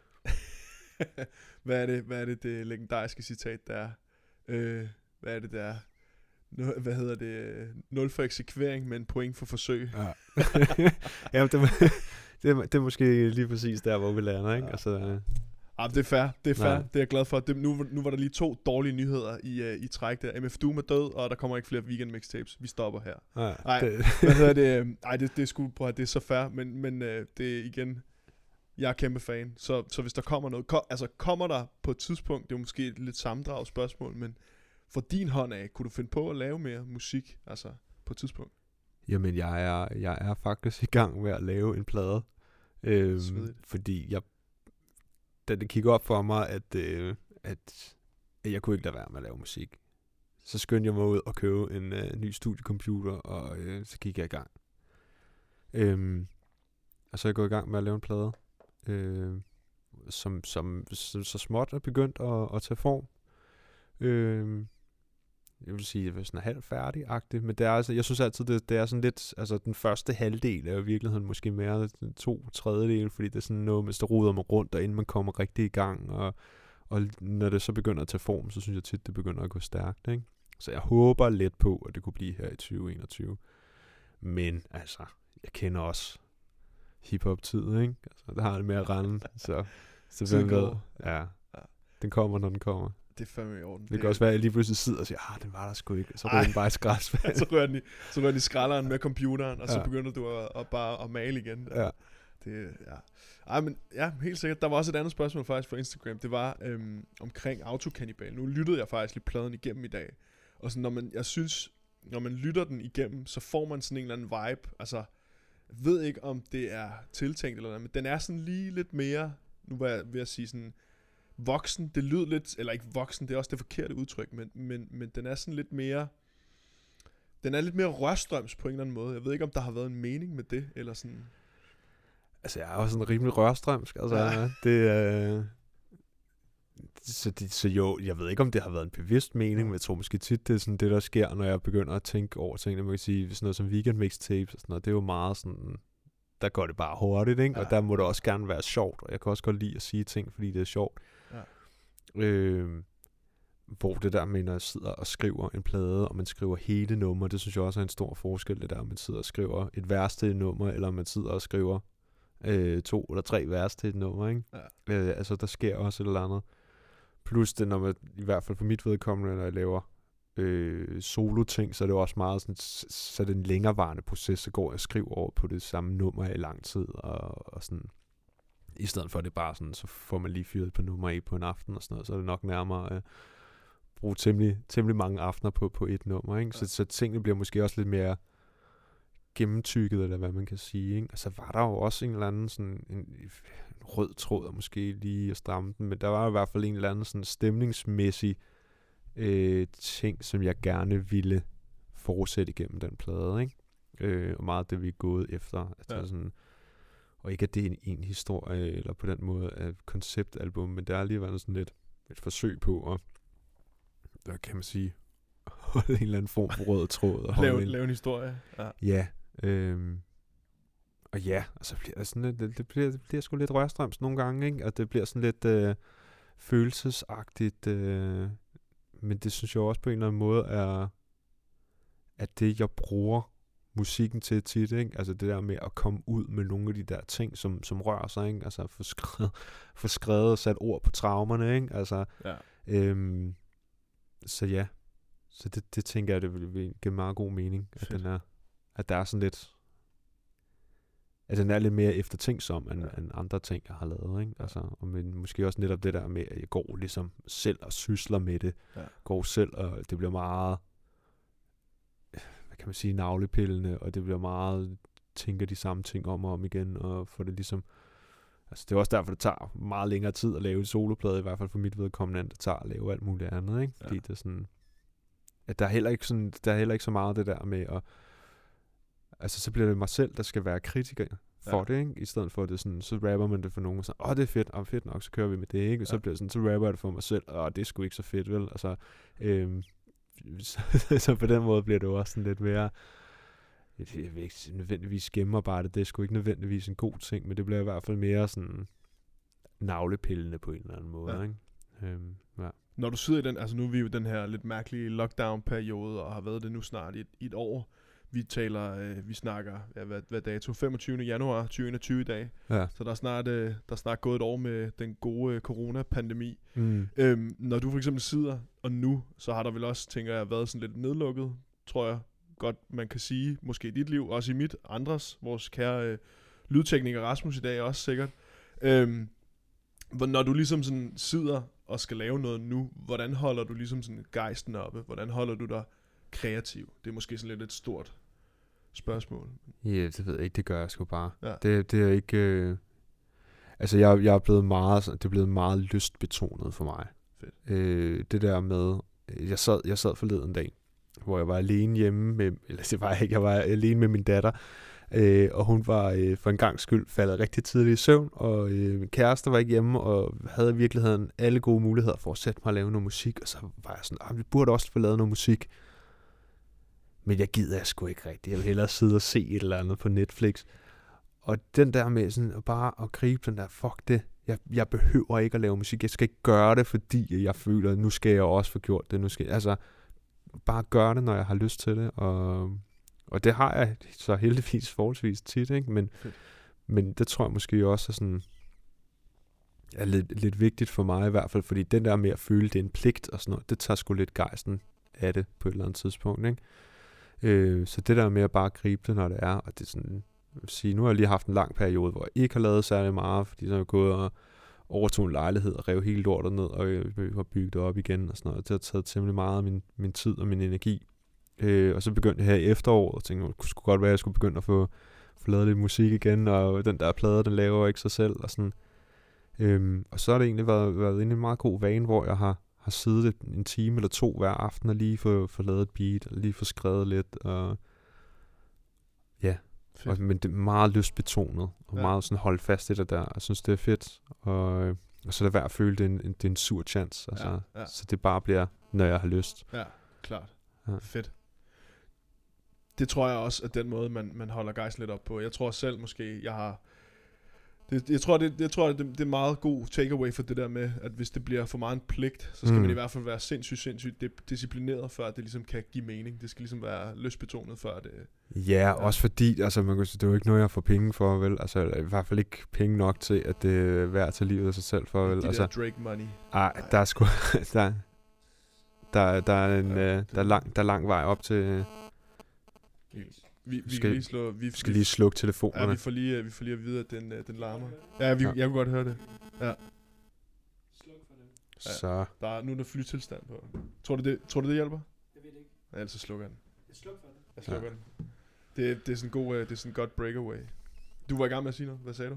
hvad er det, hvad er det, det legendariske citat der er? Øh, hvad er det der? Nu, hvad hedder det? Nul for eksekvering, men point for forsøg. Ja. Jamen, det, det, er, det er måske lige præcis der, hvor vi lander, ikke? Ja. Altså, øh. ah, det er fair, det er fair. Nej. Det er jeg glad for. Det, nu, nu var der lige to dårlige nyheder i, uh, i træk der. M F Doom er død, og der kommer ikke flere weekend mixtapes. Vi stopper her. Nej, Ej, det. hvad hedder det? Ej, det, det er sgu, prøv at det er så fair, men, men uh, det er igen... Jeg er kæmpe fan, så, så hvis der kommer noget, kom, altså kommer der på et tidspunkt, det er jo måske et lidt sammendrag spørgsmål, men for din hånd af, kunne du finde på at lave mere musik, altså på et tidspunkt? Jamen, jeg er, jeg er faktisk i gang med at lave en plade, øhm, fordi jeg, da det kiggede op for mig, at, øh, at, at jeg kunne ikke lade være med at lave musik, så skyndte jeg mig ud og købe en øh, ny studiecomputer, og øh, så gik jeg i gang. Øhm, og så er jeg gået i gang med at lave en plade, Øh, som, som, som så småt er begyndt at, at tage form. Øh, jeg vil sige, at det er sådan halvt færdig-agtigt, men det er altså, jeg synes altid, det, det er sådan lidt, altså den første halvdel er jo i virkeligheden måske mere to tredjedel, fordi det er sådan noget, man ruder mig rundt, og inden man kommer rigtig i gang, og, og når det så begynder at tage form, så synes jeg tit, det begynder at gå stærkt, ikke? Så jeg håber lidt på, at det kunne blive her i tyve enogtyve. Men altså, jeg kender også hip-hop-tid, ikke? Altså, det har det med at rende, så, så hvem ved. Ja, ja, den kommer, når den kommer. Det er fandme i orden. Det, det kan også være, at jeg lige pludselig sidder og siger, ah, den var der sgu ikke. Så rører den bare i skraldespanden. så rører den i, så rører den i skralderen med computeren, og ja. så begynder du at, at bare at male igen. Ja. Det, ja. Ej, men ja, helt sikkert. Der var også et andet spørgsmål faktisk fra Instagram. Det var øhm, omkring Autocannibal. Nu lyttede jeg faktisk lige pladen igennem i dag. Og sådan, når man, jeg synes, når man lytter den igennem, så får man sådan en eller anden vibe. Altså, jeg ved ikke, om det er tiltænkt eller noget, men den er sådan lige lidt mere, nu var jeg ved at sige sådan, voksen. Det lyder lidt, eller ikke voksen, det er også det forkerte udtryk, men, men, men den er sådan lidt mere, den er lidt mere rørstrøms på en eller anden måde. Jeg ved ikke, om der har været en mening med det, eller sådan. Altså, jeg er jo sådan rimelig rørstrømsk. Altså, ja. det, øh, så, det, så jo, jeg ved ikke, om det har været en bevidst mening, men jeg tror måske tit, det er sådan det, der sker, når jeg begynder at tænke over tingene. Man kan sige, sådan noget som weekend mixtapes og sådan noget, det er jo meget sådan, der går det bare hurtigt, ikke? Ja. Og der må det også gerne være sjovt, og jeg kan også godt lide at sige ting, fordi det er sjovt. Ja. Øh, hvor det der med, når jeg sidder og skriver en plade, og man skriver hele nummer, det synes jeg også er en stor forskel, det der, man sidder og skriver et vers til et nummer, eller man sidder og skriver øh, to eller tre vers til et nummer, ikke? Ja. Øh, altså, der sker også et eller andet. Plus det, når man, i hvert fald for mit vedkommende, når jeg laver øh, solo-ting, så er det også meget sådan, så er det en længerevarende proces, så går jeg og skriver over på det samme nummer i lang tid, og, og sådan, i stedet for at det bare sådan, så får man lige fyret på nummer i på en aften og sådan noget, så er det nok nærmere øh, bruge temmelig, temmelig mange aftener på, på et nummer, ikke? Ja. Så, så tingene bliver måske også lidt mere gennemtykket, eller hvad man kan sige, ikke? Og så var der jo også en eller anden sådan en, en rød tråd, måske lige at stramme den, men der var i hvert fald en eller anden sådan stemningsmæssig øh, ting, som jeg gerne ville fortsætte igennem den plade, ikke? Øh, og meget det, vi er gået efter. Altså ja. Sådan, og ikke at det er en, en historie, eller på den måde et konceptalbum, men der er alligevel sådan lidt et forsøg på at, hvad kan man sige, holde en eller anden form for rød tråd. Og lave, en, lave en historie. Ja. Ja. Øhm, og ja, og så bliver det sådan lidt, det, det, bliver, det bliver sgu lidt rørstrøms nogle gange, ikke? Og det bliver sådan lidt øh, følelsesagtigt, øh, men det synes jeg også på en eller anden måde er, at det, jeg bruger musikken til tit, ikke? Altså det der med at komme ud med nogle af de der ting, som, som rører sig, ikke? Altså få skrevet, få skrevet og sat ord på traumerne, ikke? Altså, ja. øhm, så ja, så det, det tænker jeg, det vil, vil give meget god mening, at, den er, at der er sådan lidt, at den er lidt mere eftertænksom end, ja. end andre ting, jeg har lavet, ikke? Altså, og men måske også netop det der med, at jeg går ligesom selv og sysler med det, ja. går selv, og det bliver meget, hvad kan man sige, navlepillende, og det bliver meget, tænker de samme ting om og om igen, og får det ligesom, altså det er også derfor, det tager meget længere tid at lave en soloplade, i hvert fald for mit vedkommende, end det tager at lave alt muligt andet, ikke? Fordi ja. det er sådan, at der er heller ikke sådan, der er heller ikke så meget det der med at, altså så bliver det mig selv, der skal være kritiker for ja. det, ikke? I stedet for det sådan, så rapper man det for nogen, og så, åh, oh, det er fedt, og oh, fedt nok, så kører vi med det, ikke? Og ja. så bliver det sådan, så rapper jeg det for mig selv, og oh, det er sgu ikke så fedt, vel? Altså, øhm, så, så på den måde bliver det jo også sådan lidt mere, jeg vil ikke nødvendigvis gennemarbejde, det er sgu ikke nødvendigvis en god ting, men det bliver i hvert fald mere sådan navlepillende på en eller anden måde, ja. ikke? Øhm, ja. Når du sidder i den, altså nu er vi jo den her lidt mærkelige lockdown-periode, og har været det nu snart i et, i et år. Vi taler, øh, vi snakker, ja, hvad, hvad dato? femogtyvende januar tyve enogtyve i dag. Ja. Så der er, snart, øh, der er snart gået et år med den gode øh, coronapandemi. Mm. Øhm, når du for eksempel sidder, og nu, så har der vel også, tænker jeg, været sådan lidt nedlukket, tror jeg godt, man kan sige, måske i dit liv, også i mit, andres, vores kære øh, lydtekniker Rasmus i dag også sikkert. Øhm, når du ligesom sådan sidder og skal lave noget nu, hvordan holder du ligesom sådan gejsten oppe? Hvordan holder du dig kreativ? Det er måske sådan lidt et stort spørgsmål. Ja, yeah, det ved jeg ikke, det gør jeg sgu bare. Ja. Det, det er ikke, øh... altså jeg, jeg er blevet meget, det er blevet meget lystbetonet for mig. Fedt. Øh, det der med, jeg sad, jeg sad forleden dag, hvor jeg var alene hjemme med, eller det var jeg ikke, jeg var alene med min datter, øh, og hun var øh, for en gang skyld faldet rigtig tidligt i søvn, og øh, min kæreste var ikke hjemme, og havde i virkeligheden alle gode muligheder for at sætte mig og lave noget musik, og så var jeg sådan, ah, vi burde også få lavet noget musik. Men jeg gider jeg sgu ikke rigtigt. Jeg vil hellere sidde og se et eller andet på Netflix. Og den der med sådan bare at gribe den der, fuck det, jeg, jeg behøver ikke at lave musik. Jeg skal ikke gøre det, fordi jeg føler, at nu skal jeg også få gjort det. Nu skal, altså, bare gøre det, når jeg har lyst til det. Og, og det har jeg så heldigvis forholdsvis tit, ikke? Men, men det tror jeg måske også er sådan, er lidt, lidt vigtigt for mig i hvert fald, fordi den der med at føle, det er en pligt og sådan noget, det tager sgu lidt gejsten af det på et eller andet tidspunkt, ikke? Øh, så det der med at bare gribe det, når det er, og det er sådan, jeg vil sige, nu har jeg lige haft en lang periode, hvor jeg ikke har lavet særlig meget, fordi så har jeg gået og overtog en lejlighed og rev hele lortet ned, og jeg har bygget det op igen og sådan noget. Det har taget temmelig meget af min, min tid og min energi. Øh, og så begyndte jeg her i efteråret, og tænkte, det kunne sgu godt være, at jeg skulle begynde at få, få lavet lidt musik igen, og den der plade, den laver ikke sig selv, og sådan. Øh, og så har det egentlig været, været en meget god vane, hvor jeg har har siddet en time eller to hver aften og lige få, få lavet et beat, og lige få skrevet lidt, og ja, og, men det er meget lystbetonet, og ja. meget sådan holdt fast i det der. Jeg synes, det er fedt, og og så er det værd at føle, det er en, det er en sur chance. Altså, ja, ja. Så det bare bliver, når jeg har lyst. Ja, klart. Ja. Fedt. Det tror jeg også, at den måde, man, man holder gejsten lidt op på. Jeg tror selv måske, jeg har... Det, jeg tror, det, jeg tror det, det er meget god takeaway for det der med, at hvis det bliver for meget en pligt, så skal mm. man i hvert fald være sindssygt, sindssygt disciplineret, før det ligesom kan give mening. Det skal ligesom være lystbetonet, før det... Ja, ja. Også fordi, altså man kan sige, det er jo ikke noget, jeg får penge for, vel? Altså i hvert fald ikke penge nok til, at det er værd at tage livet af sig selv for, vel? De altså, der Drake money. Ej, der er sgu... der, der, der, er en, ja, øh, der, er lang, der er lang vej op til... Øh, Vi, vi skal, kan lige slå, vi skal lige slukke telefonerne. Ja, vi får lige, vi får lige at vide, at den, den larmer. Ja, vi, ja. Jeg kunne godt høre det. Ja. Sluk for det. Ja, så. Der er nu der flytilstand på. Tror du det, tror du det hjælper? Jeg ved det ikke. Ja, ellers så slukker den. Jeg slukker for det. Jeg slukker ja. den. Det, det er sådan en god, det er sådan en godt breakaway. Du var i gang med at sige noget. Hvad sagde du?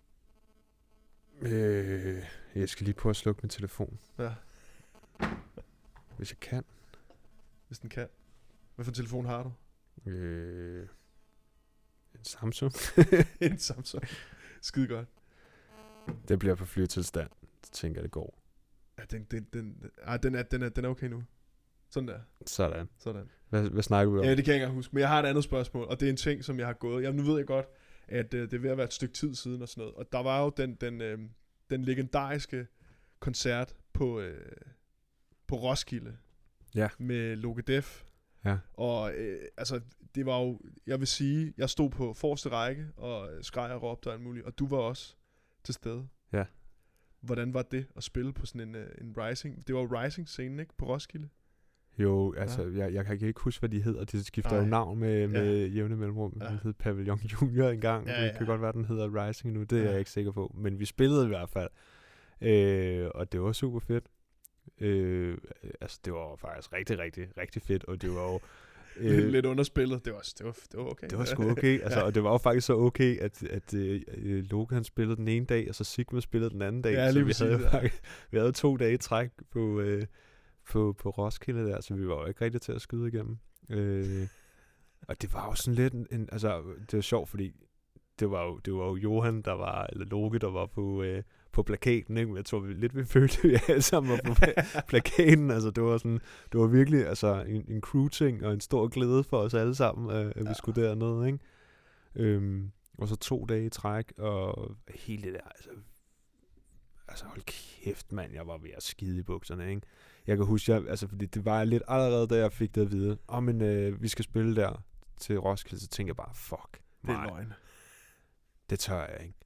Øh, jeg skal lige prøve at slukke min telefon. Ja. Hvis jeg kan. Hvis den kan. Hvad for en telefon har du? Øh, en Samsung. En Samsung. Skide godt. Det bliver på flytilstand. Det tænker jeg, det går. Ja, den, den, den, ah, den, er, den, er, den er okay nu. Sådan der. Sådan. Sådan. Hvad, hvad snakker vi om? Ja, det kan jeg ikke engang huske. Men jeg har et andet spørgsmål, og det er en ting, som jeg har gået. Ja, nu ved jeg godt, at uh, det er ved at være et stykke tid siden og sådan noget. Og der var jo den, den, øh, den legendariske koncert på, øh, på Roskilde. Ja. Med Loke Def. Ja. Og øh, altså, det var jo, jeg vil sige, jeg stod på forreste række og skreg og råbte og alt muligt, og du var også til stede. Ja. Hvordan var det at spille på sådan en, uh, en Rising? Det var jo Rising-scenen, ikke? På Roskilde? Jo, altså, ja. jeg, jeg kan ikke huske, hvad de hedder. De skifter Ej. jo navn med, med ja. jævne mellemrum. Ja. Den hed Pavillon Junior engang. Ja, ja. Det kan godt være, den hedder Rising nu. Det ja. er jeg ikke sikker på. Men vi spillede i hvert fald. Øh, og det var super fedt. Øh, altså, det var faktisk rigtig, rigtig, rigtig fedt. Og det var jo... Øh, lidt underspillet. Det var, det var, det var okay. Det var sgu okay. Altså, og det var jo faktisk så okay, at, at øh, Loke han spillede den ene dag, og så Sigma spillede den anden dag. Ja, så vi havde, ja. faktisk, vi havde to dage i træk på, øh, på, på Roskilde der, så vi var jo ikke rigtig til at skyde igennem. Øh, og det var jo sådan lidt en, en, altså det var sjovt, fordi det var jo, det var jo Johan, der var, eller Loke, der var på, øh, på plakaten, ikke? Men jeg tror vi lidt, vi følte, at vi alle sammen var på plakaten. Altså det var sådan, det var virkelig altså en, en crew-ting og en stor glæde for os alle sammen, øh, at vi ja. skulle dernede, ikke? Øhm, og så to dage i træk, og hele det der, altså, altså hold kæft, mand, jeg var ved at skide i bukserne, ikke? Jeg kan huske, jeg, altså fordi det var lidt allerede, da jeg fik det at vide, åh, oh, men øh, vi skal spille der til Roskilde, så tænkte jeg bare, fuck, det er løgn. Det tør jeg ikke.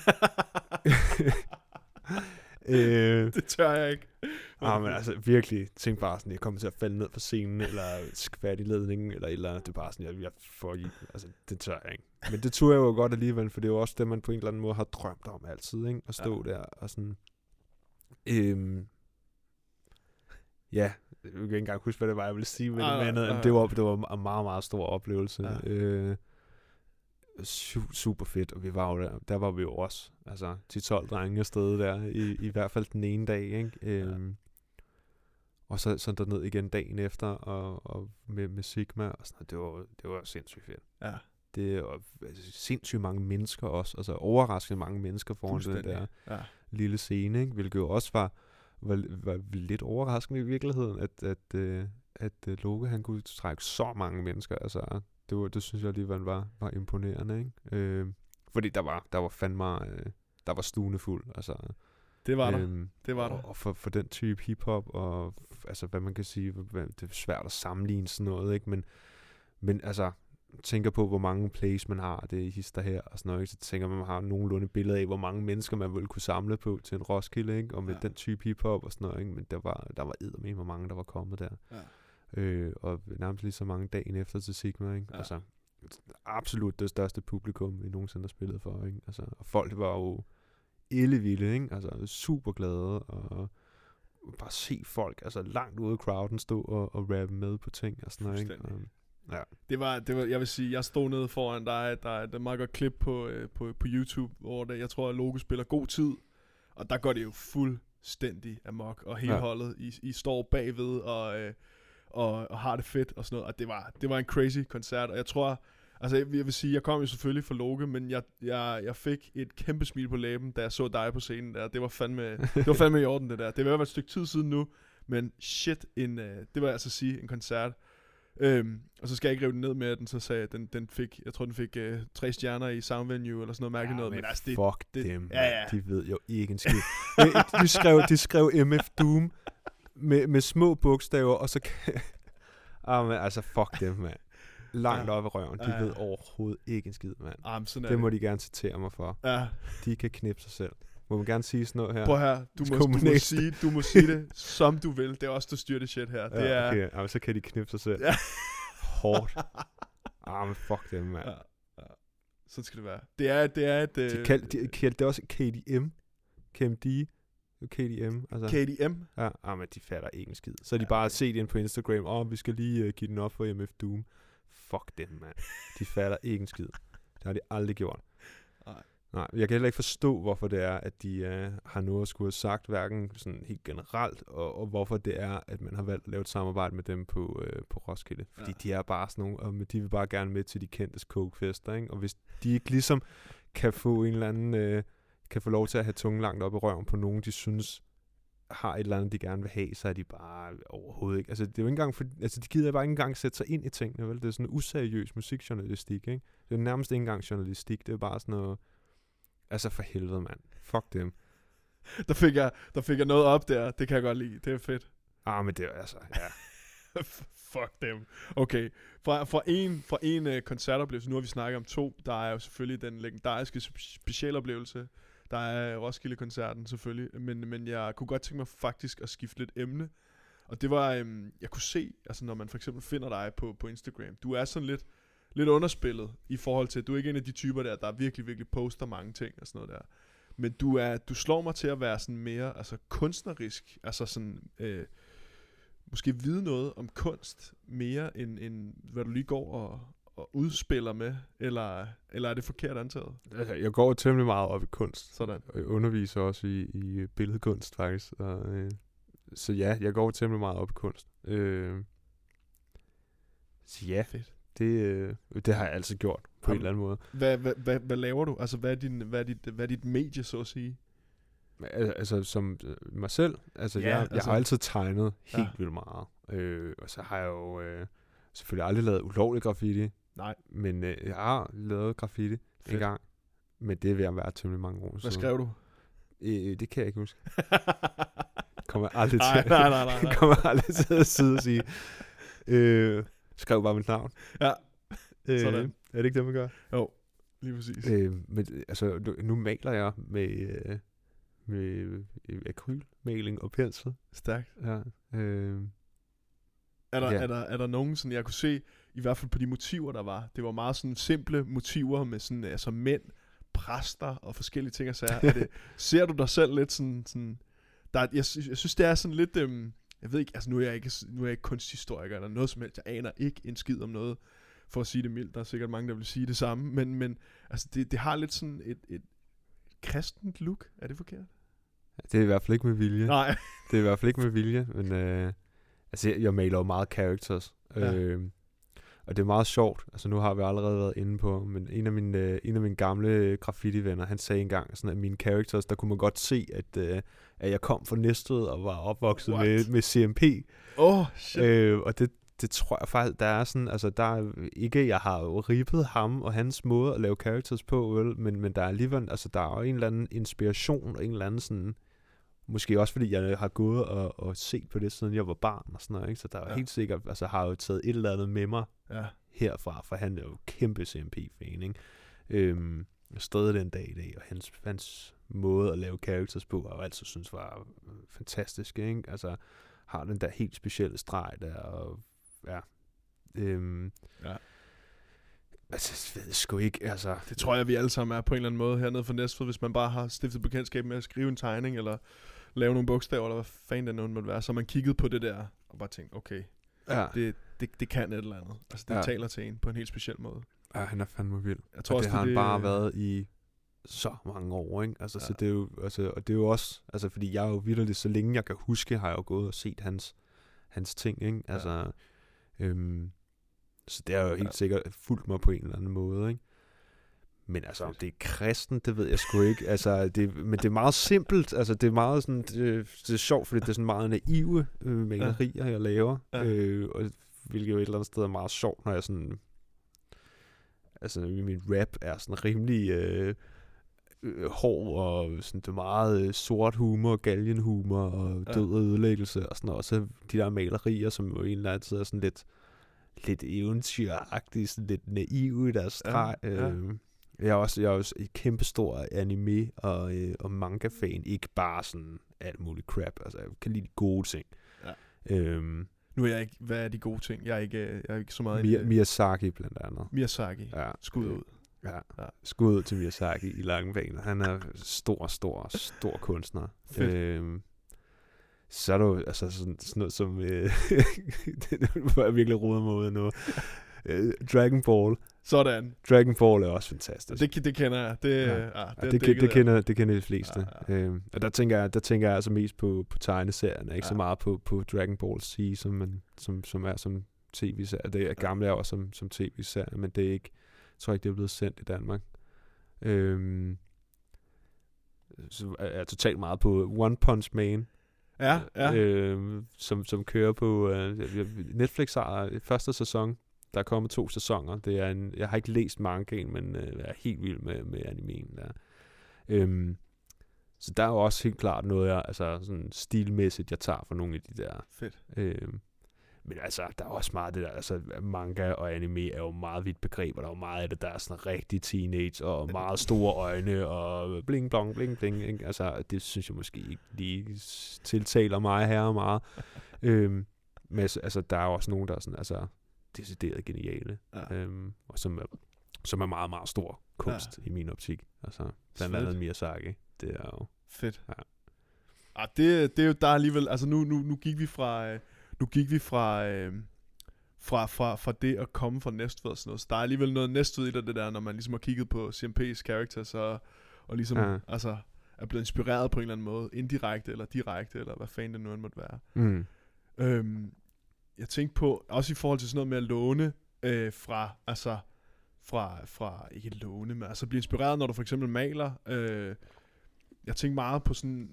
øh, det tør jeg ikke. ah, men altså virkelig, tænk bare sådan, jeg kommer til at falde ned på scenen, eller skvært i ledningen, eller et eller andet. Det er bare sådan, jeg, jeg får i, altså det tør jeg ikke. Men det turde jeg jo godt alligevel, for det er jo også det, man på en eller anden måde har drømt om altid, ikke? At stå ja. der og sådan... Øhm, ja, jeg kan ikke engang huske, hvad det var, jeg ville sige med ah, det andet. Ah, det, var, det var en meget, meget stor oplevelse. Ja. Øh, super fedt, og vi var jo der, der var vi jo også, altså ti tolv drenge afsted der, i, i hvert fald den ene dag, ikke? Øhm, ja. Og så, så derned igen dagen efter, og, og med, med Sigma, og sådan, det var, det var sindssygt fedt. Ja. Det var altså, sindssygt mange mennesker også, altså overraskende mange mennesker foran den der ja. lille scene, ikke? Hvilket jo også var, var, var lidt overraskende i virkeligheden, at, at, at, at Loke, han kunne trække så mange mennesker, altså det, var, det synes jeg alligevel var, var imponerende, ikke? Øh, fordi der var, der var fandme, øh, der var stuende fuld, altså. Det var der, øh, det var der. Og, og for, for den type hiphop, og altså hvad man kan sige, det er svært at sammenligne sådan noget, ikke? Men, men altså, tænker på, hvor mange plays man har, det er hister her og sådan noget, ikke? Så tænker man, man har nogenlunde billede af, hvor mange mennesker man ville kunne samle på til en Roskilde, ikke? Og med ja. den type hiphop og sådan noget, ikke? Men der var, der var eddermame, hvor mange der var kommet der. Ja. Øh, og nærmest lige så mange dagen efter til Sigma, ikke? Ja. Altså, absolut det største publikum, vi nogensinde har spillet for, ikke? Altså, og folk var jo ellevilde, ikke? Altså, super glade, og bare se folk, altså langt ude af crowden, stå og, og rappe med på ting og sådan noget, ikke? Og, ja. Det var, det var, jeg vil sige, jeg stod nede foran dig, der er et meget godt klip på, øh, på, på YouTube, hvor det, jeg tror, at Loke spiller god tid, og der går det jo fuldstændig amok, og hele ja. holdet, I, I står bagved, og, øh, og, og har det fedt, og sådan noget, og det var, det var en crazy koncert, og jeg tror, Altså, jeg vil sige, jeg kom jo selvfølgelig fra Loke, men jeg, jeg, jeg fik et kæmpe smil på læben, da jeg så dig på scenen der. Det var fandme, det var fandme i orden, det der. Det var et stykke tid siden nu, men shit, en, uh, det var altså at sige, en koncert. Øhm, og så skal jeg ikke rive den ned med, at den så sagde, den, den fik, jeg tror, den fik uh, tre stjerner i Sound Venue, eller sådan noget mærkeligt ja, noget. Men, men altså, det, fuck det, dem, ja, ja. De ved jo ikke en skid. de, skrev, de skrev M F Doom med, med små bogstaver, og så kan... ah, men altså, fuck dem, mand. Langt ja. Op i røven. De ja. Ved overhovedet ikke en skid, mand. Ah, det, det må de gerne citere mig for. Ja. De kan knippe sig selv. Må man gerne sige sådan noget her? Prøv her, du må, du må, sige, du må sige det, som du vil. Det er også, du styrer det shit her. Det ja, er... okay. Jamen, så kan de knippe sig selv. Ja. Hårdt. Ah, men fuck dem, mand. Ja. Ja. Sådan skal det være. Det er, det er et... De kald, de, kald, det er også K D M. K M D. K D M. Altså. K D M? Ja, ah, men de fatter ikke en skid. Så de ja, bare okay. set ind på Instagram, åh, oh, vi skal lige uh, give den op for M F Doom. Fuck dem, mand. De fatter ikke en skid. Det har de aldrig gjort. Nej. Nej, jeg kan heller ikke forstå, hvorfor det er, at de uh, har noget at skulle have sagt, hverken sådan helt generelt, og, og hvorfor det er, at man har valgt at lave et samarbejde med dem på, uh, på Roskilde. Fordi ja. De er bare sådan nogle, og de vil bare gerne med til de kendte Coke-fester, ikke? Og hvis de ikke ligesom kan få en eller anden, uh, kan få lov til at have tungen langt op i røven på nogen, de synes har et eller andet, de gerne vil have, så er de bare overhovedet ikke. Altså, det er jo ikke engang, for, altså, de gider bare ikke engang sætte sig ind i tingene, vel? Det er sådan en useriøs musikjournalistik, ikke? Det er nærmest ikke engang journalistik, det er bare sådan noget, altså for helvede, mand. Fuck dem. Der fik jeg, der fik jeg noget op der, det kan jeg godt lide, det er fedt. Ah, men det er altså, ja. Fuck dem. Okay, fra, fra en, fra en uh, koncertoplevelse, nu har vi snakket om to, der er jo selvfølgelig den legendariske specialoplevelse, der er Roskilde-koncerten selvfølgelig, men, men jeg kunne godt tænke mig faktisk at skifte lidt emne. Og det var, øhm, jeg kunne se, altså når man for eksempel finder dig på, på Instagram, du er sådan lidt, lidt underspillet i forhold til, at du er ikke en af de typer der, der virkelig, virkelig poster mange ting og sådan noget der. Men du, er, du slår mig til at være sådan mere altså kunstnerisk, altså sådan, øh, måske vide noget om kunst mere, end, end hvad du lige går og... og udspiller med, eller, eller er det forkert antaget? Altså, jeg går temmelig meget op i kunst. Sådan. Og jeg underviser også i, i billedkunst, faktisk. Og, øh, så ja, jeg går temmelig meget op i kunst. Øh, så ja, fedt. Det, øh, det har jeg altid gjort, på Jamen, en eller anden måde. Hvad, hvad, hvad, hvad laver du? Altså, hvad er, din, hvad, er dit, hvad er dit medie, så at sige? Al- altså, som øh, mig selv? Altså, ja, jeg, altså, jeg har altid tegnet helt ja. vildt meget. Øh, og så har jeg jo øh, selvfølgelig aldrig lavet ulovlig graffiti. Nej. Men øh, jeg har lavet graffiti Fedt. en gang. Men det er ved at være temmelig mange år. Hvad skrev du? Øh, det kan jeg ikke huske. Kommer jeg aldrig til, nej, nej, nej, nej. Kommer aldrig til at sidde og sige. Øh, skrev bare mit navn. Ja, øh, sådan. Er det ikke det, man gør? Jo, lige præcis. Øh, men altså, nu, nu maler jeg med, øh, med akrylmaling og pensel. Stærkt. Ja. Øh, Er der, ja. er, der, er der nogen, sådan, jeg kunne se, i hvert fald på de motiver, der var, det var meget sådan simple motiver med sådan, altså mænd, præster og forskellige ting og sager. Er det, ser du dig selv lidt sådan, sådan der, jeg, jeg synes, det er sådan lidt, øhm, jeg ved ikke, altså nu er jeg ikke, nu er jeg ikke kunsthistoriker eller noget som helst, jeg aner ikke en skid om noget, for at sige det mildt, der er sikkert mange, der vil sige det samme, men, men altså det, det har lidt sådan et, et kristent look, er det forkert? Det er i hvert fald ikke med vilje. Nej. Det er i hvert fald ikke med vilje, men øh, altså jeg, jeg maler jo meget characters, ja. øh, og det er meget sjovt. Altså nu har vi allerede været inde på, men en af mine, øh, en af mine gamle graffiti-venner, han sagde engang, sådan at mine characters, der kunne man godt se, at, øh, at jeg kom fra Næstved og var opvokset med, med C M P. Åh, oh, shit. Øh, og det, det tror jeg faktisk, der er sådan, altså der er ikke, jeg har jo rippet ham og hans måde at lave characters på, vel, men, men der er alligevel, altså der er jo en eller anden inspiration, og en eller anden sådan, måske også fordi jeg har gået og, og set på det, siden jeg var barn og sådan noget, ikke? Så der er ja. helt sikkert, altså har jo taget et eller andet med mig ja. herfra, for han er jo kæmpe C M P-fan, ikke? Øhm, stadig den dag i dag, og hans, hans måde at lave characters på, har jeg altid synes var fantastisk, ikke? Altså har den der helt specielle streg der, og ja, øhm, ja. Altså, jeg ved sgu ikke, altså... Det tror jeg, vi alle sammen er på en eller anden måde hernede for Næstved, hvis man bare har stiftet bekendtskab med at skrive en tegning, eller lave nogle bogstaver, eller hvad fanden det nu måtte være. Så man kiggede på det der, og bare tænkte, okay, ja. det, det, det kan et eller andet. Altså, det ja. taler til en på en helt speciel måde. Ja, han er fandme vild. Jeg tror og også, det har det, han bare været i så mange år, ikke? Altså, ja. så det er jo, altså, og det er jo også, altså, fordi jeg er jo vitterligt, så længe jeg kan huske, har jeg jo gået og set hans, hans ting, ikke? Altså, ja. øhm, Så det har jo helt ja. sikkert fulgt mig på en eller anden måde, ikke? Men altså, om det er kristen, det ved jeg sgu ikke. Altså, det, men det er meget simpelt. Altså, det er meget sådan, det, det er sjovt, fordi det er sådan meget naive øh, malerier, ja. jeg laver. Ja. Øh, og hvilket jo et eller andet sted er meget sjovt, når jeg sådan... Altså, min rap er sådan rimelig øh, øh, hård, og sådan, det er meget øh, sort humor, galgenhumor, og død og ødelæggelse, og sådan noget. Og så de der malerier, som jo en eller anden tid er sådan lidt, lidt eventyragtige, sådan lidt naive i deres streg. Ja, ja. Øh, jeg er også, jeg er også et kæmpestor anime- og, øh, og manga-fan, ikke bare sådan alt muligt crap. Altså, jeg kan lide de gode ting. Ja. Øhm, Nu er jeg ikke, hvad er de gode ting? Jeg er ikke, jeg er ikke så meget... Mi- Miyazaki blandt andet. Miyazaki, ja. Skud ud. Ja. ja, skud ud til Miyazaki i lange baner. Han er stor, stor, stor kunstner. Øhm, så er der jo altså sådan, sådan noget som... Øh, det var jeg virkelig rodet mig ud af nu. Dragon Ball. Sådan. Dragon Ball er også fantastisk. Det, det kender jeg. Det, ja. Ja, det, ja, det, det, det, kender, det kender de fleste. Ja, ja. Øhm, og der tænker jeg, der tænker jeg altså mest på, på tegneserien, ikke ja. så meget på, på Dragon Ball Z, som, man, som, som er som tv-serie. Det er gamle er også som, som tv-serie, men det er ikke, jeg tror ikke, det er blevet sendt i Danmark. Øhm, så er jeg totalt meget på One Punch Man. Ja, ja. Øh, som, som kører på øh, Netflix har første sæson. Der er kommet to sæsoner. Det er en, jeg har ikke læst mangaen, men øh, jeg er helt vild med, med animeen der. Øhm, så der er jo også helt klart noget, jeg, altså sådan stilmæssigt, jeg tager fra nogle af de der. Fedt. Øhm, men altså, der er også meget det der, altså manga og anime er jo meget vidt begreb, og der er jo meget af det, der er sådan rigtig teenage, og meget store øjne, og bling, blong, bling, bling, ikke? Altså, det synes jeg måske ikke lige tiltaler mig her og meget. øhm, men altså, der er jo også nogen, der er sådan, altså, decideret geniale, ja. øhm, og som er, som er meget, meget stor kunst ja. i min optik. Altså, blandt andet Miyazaki. Det er jo... Fedt. Ja. Ah, det, det er jo der alligevel, altså nu, nu, nu gik vi fra, øh, nu gik vi fra, øh, fra, fra, fra det at komme fra Næstved og sådan noget. Så der er alligevel noget Næstved i det, det der, når man ligesom har kigget på C M P's characters og, og ligesom, ja. altså, er blevet inspireret på en eller anden måde, indirekte eller direkte, eller hvad fanden det nu end måtte være. Mm. Øhm, jeg tænkte på, også i forhold til sådan noget med at låne øh, fra, altså, fra, fra, ikke låne, men altså blive inspireret, når du for eksempel maler. Øh, jeg tænkte meget på sådan,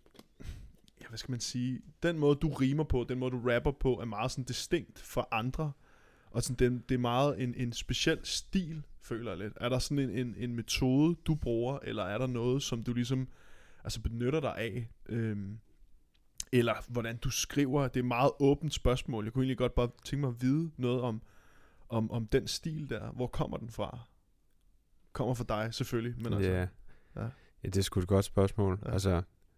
ja, hvad skal man sige, den måde du rimer på, den måde du rapper på, er meget sådan distinkt fra andre. Og sådan, det, det er meget en, en speciel stil, føler jeg lidt. Er der sådan en, en, en metode, du bruger, eller er der noget, som du ligesom, altså benytter dig af? Øhm, eller hvordan du skriver, det er et meget åbent spørgsmål. Jeg kunne egentlig godt bare tænke mig at vide noget om, om, om den stil der. Hvor kommer den fra? Kommer fra dig, selvfølgelig. Men altså, yeah. ja. ja, det er sgu et godt spørgsmål. Ja. Altså,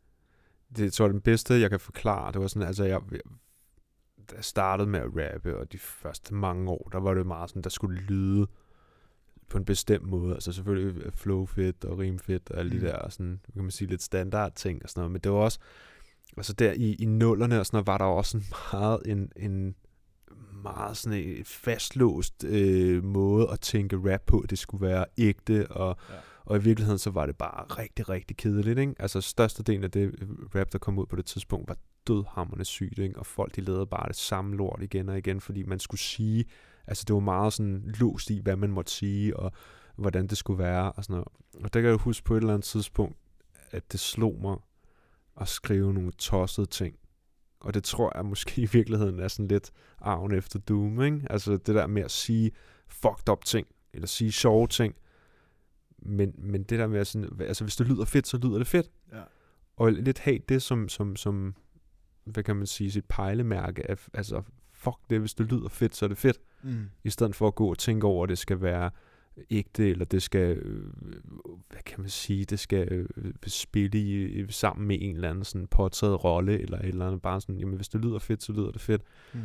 det tror jeg den bedste, jeg kan forklare. Det var sådan, altså, jeg, da jeg startede med at rappe, og de første mange år, der var det meget sådan, der skulle lyde på en bestemt måde. Altså selvfølgelig flow fedt og rim fedt og alle mm. de der, sådan, kan man sige, lidt standard ting og sådan noget. Men det var også, altså der i, i nullerne og sådan noget, var der også sådan meget en, en meget sådan en fastlåst øh, måde at tænke rap på. Det skulle være ægte, og, ja. og i virkeligheden så var det bare rigtig, rigtig kedeligt, ikke? Altså størstedelen af det rap, der kom ud på det tidspunkt, var dødhamrende sygt, ikke? Og folk, de lavede bare det samme lort igen og igen, fordi man skulle sige, altså det var meget sådan låst i, hvad man måtte sige, og hvordan det skulle være, og sådan noget. Og der kan jeg huske på et eller andet tidspunkt, at det slog mig at skrive nogle tossede ting. Og det tror jeg måske i virkeligheden er sådan lidt arven efter Doom, ikke? Altså det der med at sige fucked up ting, eller sige sjove ting, men, men det der med at sådan, altså hvis det lyder fedt, så lyder det fedt. Ja. Og lidt have det som, som, som, hvad kan man sige, sit pejlemærke af, altså fuck det, hvis det lyder fedt, så er det fedt. Mm. I stedet for at gå og tænke over, at det skal være ægte, eller det skal, øh, hvad kan man sige, det skal øh, spille i, sammen med en eller anden sådan påtaget rolle, eller et eller andet, bare sådan, jamen hvis det lyder fedt, så lyder det fedt. Mm.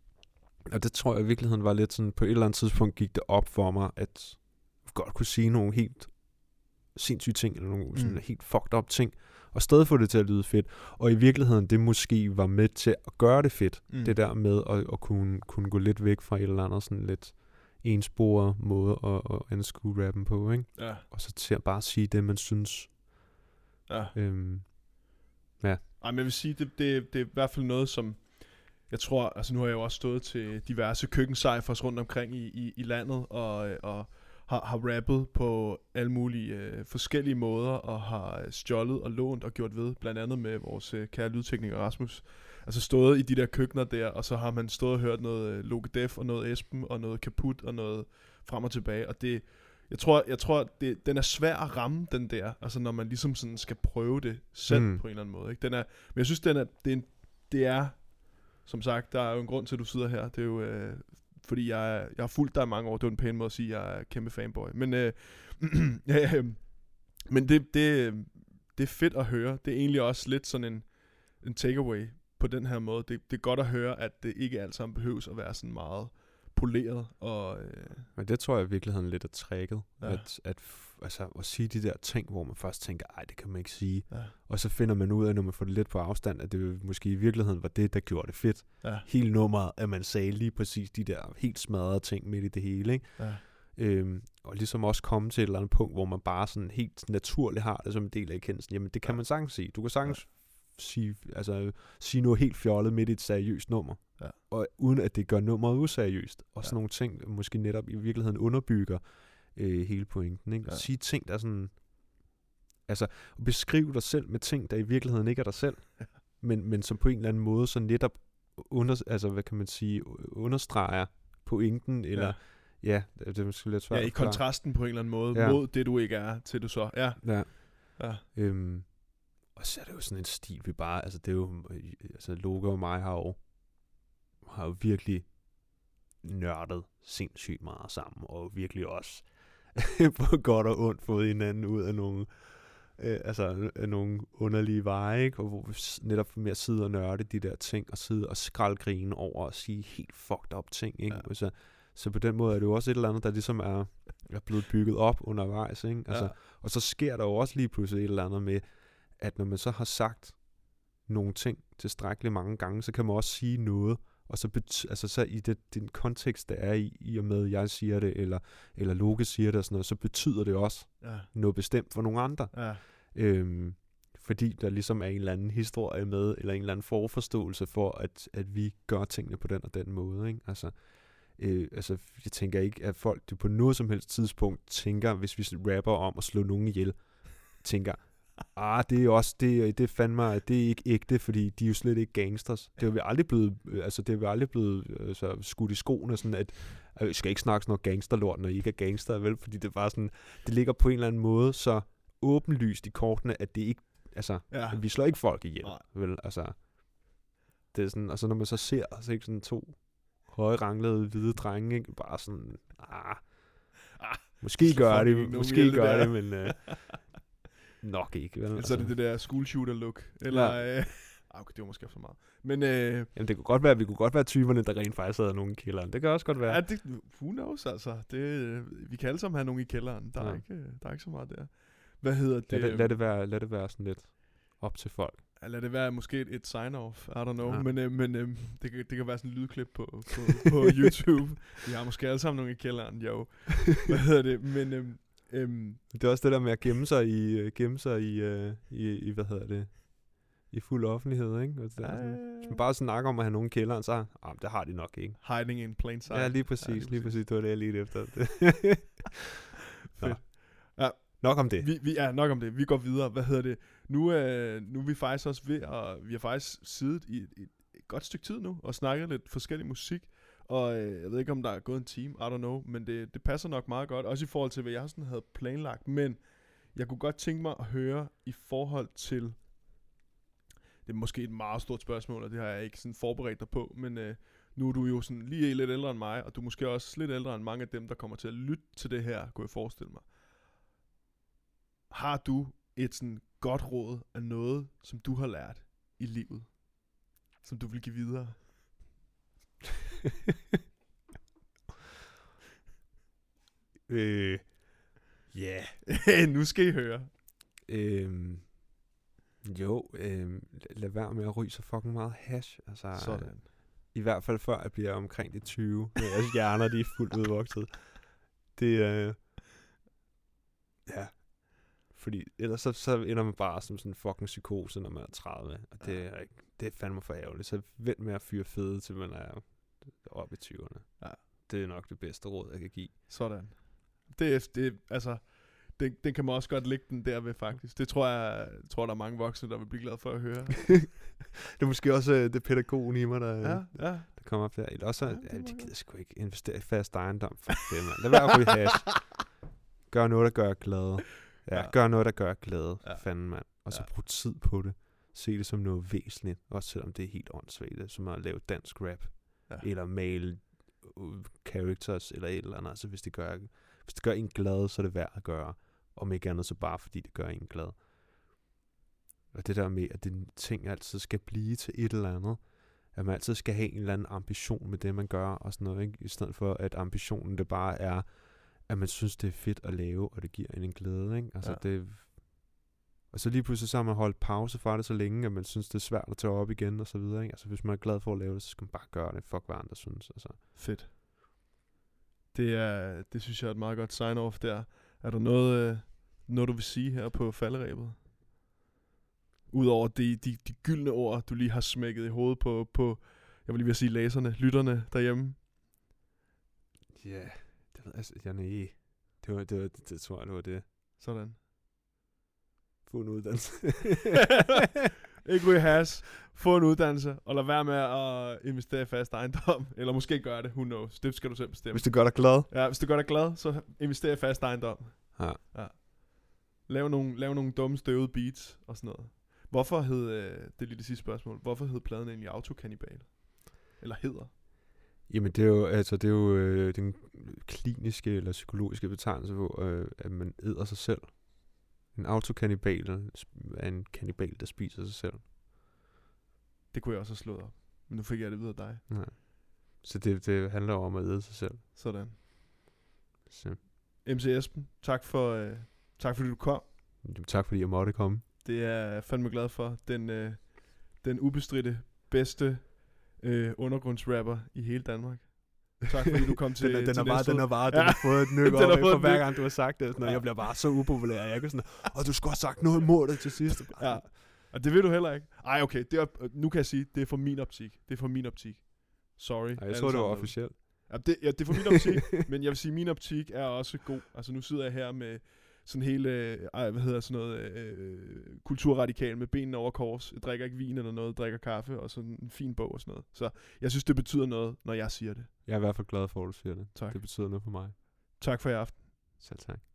Og det tror jeg i virkeligheden var lidt sådan, på et eller andet tidspunkt gik det op for mig, at jeg godt kunne sige nogle helt sindssyge ting, eller nogle mm. sådan helt fucked up ting, og stadig få det til at lyde fedt. Og i virkeligheden, det måske var med til at gøre det fedt, mm. det der med at, at kunne, kunne gå lidt væk fra et eller andet sådan lidt ensporet måde at, at anskue rappen på, ikke? Ja. Og så til at bare sige det, man synes. Ja. Øhm, ja. Ej, men jeg vil sige, det, det, det er i hvert fald noget, som jeg tror, altså nu har jeg jo også stået til diverse køkkencyphers rundt omkring i, i, i landet, og, og har, har rappet på alle mulige øh, forskellige måder, og har stjålet og lånt og gjort ved, blandt andet med vores øh, kære lydtekniker Rasmus. Altså stået i de der køkkener der, og så har man stået og hørt noget øh, Loke Def, og noget Esben, og noget Kaput, og noget frem og tilbage, og det, jeg tror, jeg tror det, den er svær at ramme, den der, altså når man ligesom sådan skal prøve det selv mm. på en eller anden måde, ikke? Den er, men jeg synes, den er, det er, en, det er, som sagt, der er jo en grund til, at du sidder her, det er jo, øh, fordi jeg, jeg har fulgt dig i mange år, det er en pæn måde at sige, at jeg er kæmpe fanboy, men, øh, ja, men det, det, det er fedt at høre, det er egentlig også lidt sådan en, en takeaway på den her måde, det, det er godt at høre, at det ikke alt sammen behøves at være sådan meget poleret og øh... men det tror jeg i virkeligheden lidt er tricket, ja. at, at, altså, at sige de der ting, hvor man først tænker, ej, det kan man ikke sige, ja. Og så finder man ud af, når man får det lidt på afstand, at det måske i virkeligheden var det, der gjorde det fedt. Ja. Hele nummeret, at man sagde lige præcis de der helt smadrede ting midt i det hele, ikke? Ja. Øhm, og ligesom også komme til et eller andet punkt, hvor man bare sådan helt naturligt har det som en del af erkendelsen. Jamen, det kan ja. man sagtens sige. Du kan sagtens ja. sige, altså, sige noget helt fjollet midt i et seriøst nummer. Ja. Og uden at det gør nummeret useriøst. Og sådan ja. nogle ting, måske netop i virkeligheden underbygger øh, hele pointen. Ikke? Ja. Sige ting, der er sådan... Altså, beskrive dig selv med ting, der i virkeligheden ikke er dig selv. Ja. Men, men som på en eller anden måde, så netop under, altså, hvad kan man sige, understreger pointen, eller... Ja. Ja, det, det er måske lidt svært. Ja, i kontrasten på en eller anden måde, ja. mod det du ikke er, til du så... Ja. Ja. ja. Øhm, og så er det jo sådan en stil, vi bare... Altså, det er jo... Altså, Loke og mig har jo... har jo virkelig nørdet sindssygt meget sammen, og virkelig også på godt og ondt fået hinanden ud af nogle, øh, altså, af nogle underlige veje, ikke? Og hvor vi netop med at sidde og nørde de der ting, og sidde og skraldgrine over og sige helt fucked up ting, ikke? Ja. Altså, så på den måde er det jo også et eller andet, der ligesom er, er blevet bygget op undervejs, ikke? Altså, ja. Og så sker der jo også lige pludselig et eller andet med, at når man så har sagt nogle ting tilstrækkeligt mange gange, så kan man også sige noget, og så, bety- altså så i det, den kontekst, der er i, i og med, jeg siger det, eller, eller Loke siger det og sådan noget, så betyder det også ja. noget bestemt for nogle andre. Ja. Øhm, fordi der ligesom er en eller anden historie med, eller en eller anden forforståelse for, at, at vi gør tingene på den og den måde. Ikke? Altså, øh, altså, jeg tænker ikke, at folk det på noget som helst tidspunkt tænker, hvis vi rapper om at slå nogen ihjel, tænker, ah, det er også, det, det er fandme, det er ikke ægte, fordi de er jo slet ikke gangsters. Det er vi aldrig blevet, altså det er vi aldrig blevet altså, skudt i skoene, sådan at, at vi skal ikke snakke sådan noget gangsterlort, når I ikke er gangster, vel? Fordi det er bare sådan, det ligger på en eller anden måde så åbenlyst i kortene, at det ikke, altså, ja. vi slår ikke folk ihjel, Nej. vel? Altså, det er sådan, og så når man så ser, så ikke sådan to høje ranglede hvide drenge, ikke? Bare sådan, ah, ah måske gør det, måske gør det, men... Uh, nok ikke, vel? Altså, så er det det der school shooter look. Eller, ja. øh, okay, det var måske for meget. Men, øh, jamen, det kunne godt være, vi kunne godt være typerne, der rent faktisk havde nogen i kælderen. Det kan også godt være. Ja, det, who knows, altså. Det, vi kan alle sammen have nogen i kælderen. Der, ja. er ikke, der er ikke så meget der. Hvad hedder det? Lad det, lad det, være, lad det være sådan lidt op til folk. Ja, lad det være måske et, et sign-off. I don't know. Ja. Men, øh, men øh, det, kan, det kan være sådan en lydklip på, på, på YouTube. Vi har måske alle sammen nogen i kælderen, jo. Hvad hedder det? Men... Øh, Um, det er også det der med at gemme sig i, uh, gemme sig i, uh, i, i, hvad hedder det, i fuld offentlighed, ikke? Altså, uh, sådan, hvis man bare snakker om at have nogen i kælderen, så ah, det har de nok ikke. Hiding in plain sight. Ja, lige præcis, ja, lige, lige præcis. Det var det, jeg lige efter. Fedt. Ja. Nok om det. Vi, vi er nok om det. Vi går videre. Hvad hedder det? Nu, øh, nu er vi faktisk også ved, og vi har faktisk siddet i et, et, et godt stykke tid nu, og snakket lidt forskellig musik. Og øh, jeg ved ikke, om der er gået en time, I don't know, men det, det passer nok meget godt, også i forhold til, hvad jeg sådan havde planlagt. Men jeg kunne godt tænke mig at høre i forhold til, det er måske et meget stort spørgsmål, og det har jeg ikke sådan forberedt dig på, men øh, nu er du jo sådan lige lidt ældre end mig, og du er måske også lidt ældre end mange af dem, der kommer til at lytte til det her, kunne jeg forestille mig. Har du et sådan godt råd af noget, som du har lært i livet, som du vil give videre? øh, ja yeah. Nu skal I høre. øhm, Jo øhm, Lad være med at ryge så fucking meget hash, altså, sådan. I hvert fald før jeg bliver omkring de tyve, når jeres hjerner de er fuldt udvokset. Det er øh, ja Fordi ellers så, så ender man bare som sådan en fucking psykose, når man er tredive. Og det er, ikke, det er fandme for ærgerligt. Så vent med at fyre fede, til man er oppe i tyverne. Ja. Det er nok det bedste råd, jeg kan give. Sådan. Det er, det, altså, det, den kan man også godt lægge den derved, faktisk. Det tror jeg, tror, der er mange voksne, der vil blive glade for at høre. Det er måske også uh, det pædagogen i mig, der, ja, ja. der kommer op der. Eller også, ja, ja, de gider sgu ikke investere i fast ejendom. Fuck det, man. Lad være at ryge hash. Gør noget, der gør jer glade. Ja, ja. Gør noget, der gør jer glade. Ja. Fanden, mand. Og så ja. brug tid på det. Se det som noget væsentligt. Også selvom det er helt åndssvagt. Som at lave dansk rap. Ja. Eller male uh, characters. Eller et eller andet. Altså, hvis det gør, hvis det gør en glad, så er det værd at gøre. Om ikke andet, så bare fordi det gør en glad. Og det der med, at den ting altid skal blive til et eller andet. At man altid skal have en eller anden ambition med det, man gør. Og sådan noget, ikke? I stedet for, at ambitionen det bare er, at man synes, det er fedt at lave, og det giver en en glæde, ikke? Altså, ja. det... Og så lige pludselig så har man holdt pause fra det så længe, at man synes, det er svært at tage op igen, og så videre, ikke? Altså, hvis man er glad for at lave det, så skal man bare gøre det. Fuck, hvad andre synes, altså. Fedt. Det er, det synes jeg er et meget godt sign-off der. Er der noget, øh, noget du vil sige her på falderæbet? Udover de, de, de gyldne ord, du lige har smækket i hovedet på, på jeg vil lige vil sige læserne, lytterne derhjemme. Ja, yeah, det ved jeg altså, ja, nej. Det, var, det, var, det, det tror jeg, det var det. Sådan. Få en uddannelse. Ikke ryge hash. Få en uddannelse, og lad være med at investere i fast ejendom. Eller måske gøre det, who knows. Det skal du selv bestemme. Hvis det gør dig glad. Ja, hvis det gør dig glad, så invester i fast ejendom. Ja. Ja. Lav nogle, lav nogle dumme støvede beats og sådan noget. Hvorfor hed, øh, det er lige det sidste spørgsmål, hvorfor hed pladen egentlig Autokannibal? Eller hedder? Jamen det er jo, altså, det er jo øh, den kliniske eller psykologiske betegnelse på, øh, at man æder sig selv. En autokannibal er en kannibal, der spiser sig selv. Det kunne jeg også have slået op. Men nu fik jeg det videre af dig. Nej. Så det, det handler om at æde sig selv. Sådan. Så. M C Esben, tak for, øh, tak fordi du kom. Jamen, tak fordi jeg måtte komme. Det er jeg fandme glad for. Den, øh, den ubestridte bedste øh, undergrundsrapper i hele Danmark. Tak fordi du kom til den, er, den til er bare, den er bare, ja. den har fået et nyk over, for hver nyk. gang du har sagt det. Sådan, ja. Jeg bliver bare så upopulær. Jeg kan sådan, og du skulle have sagt noget imod det til sidst. Ja. Og det vil du heller ikke. Ej, okay. Det er, nu kan jeg sige, det er fra min optik. Det er fra min optik. Sorry. Ej, jeg tror, det var officielt. Ja, det, ja, det er fra min optik. Men jeg vil sige, min optik er også god. Altså nu sidder jeg her med sådan hele, øh, hvad hedder sådan noget, øh, kulturradikal med benene over kors. Jeg drikker ikke vin eller noget, jeg drikker kaffe og sådan en fin bog og sådan noget. Så jeg synes, det betyder noget, når jeg siger det. Jeg er i hvert fald glad for, at du siger det. Tak. Det betyder noget for mig. Tak for i aften. Selv tak.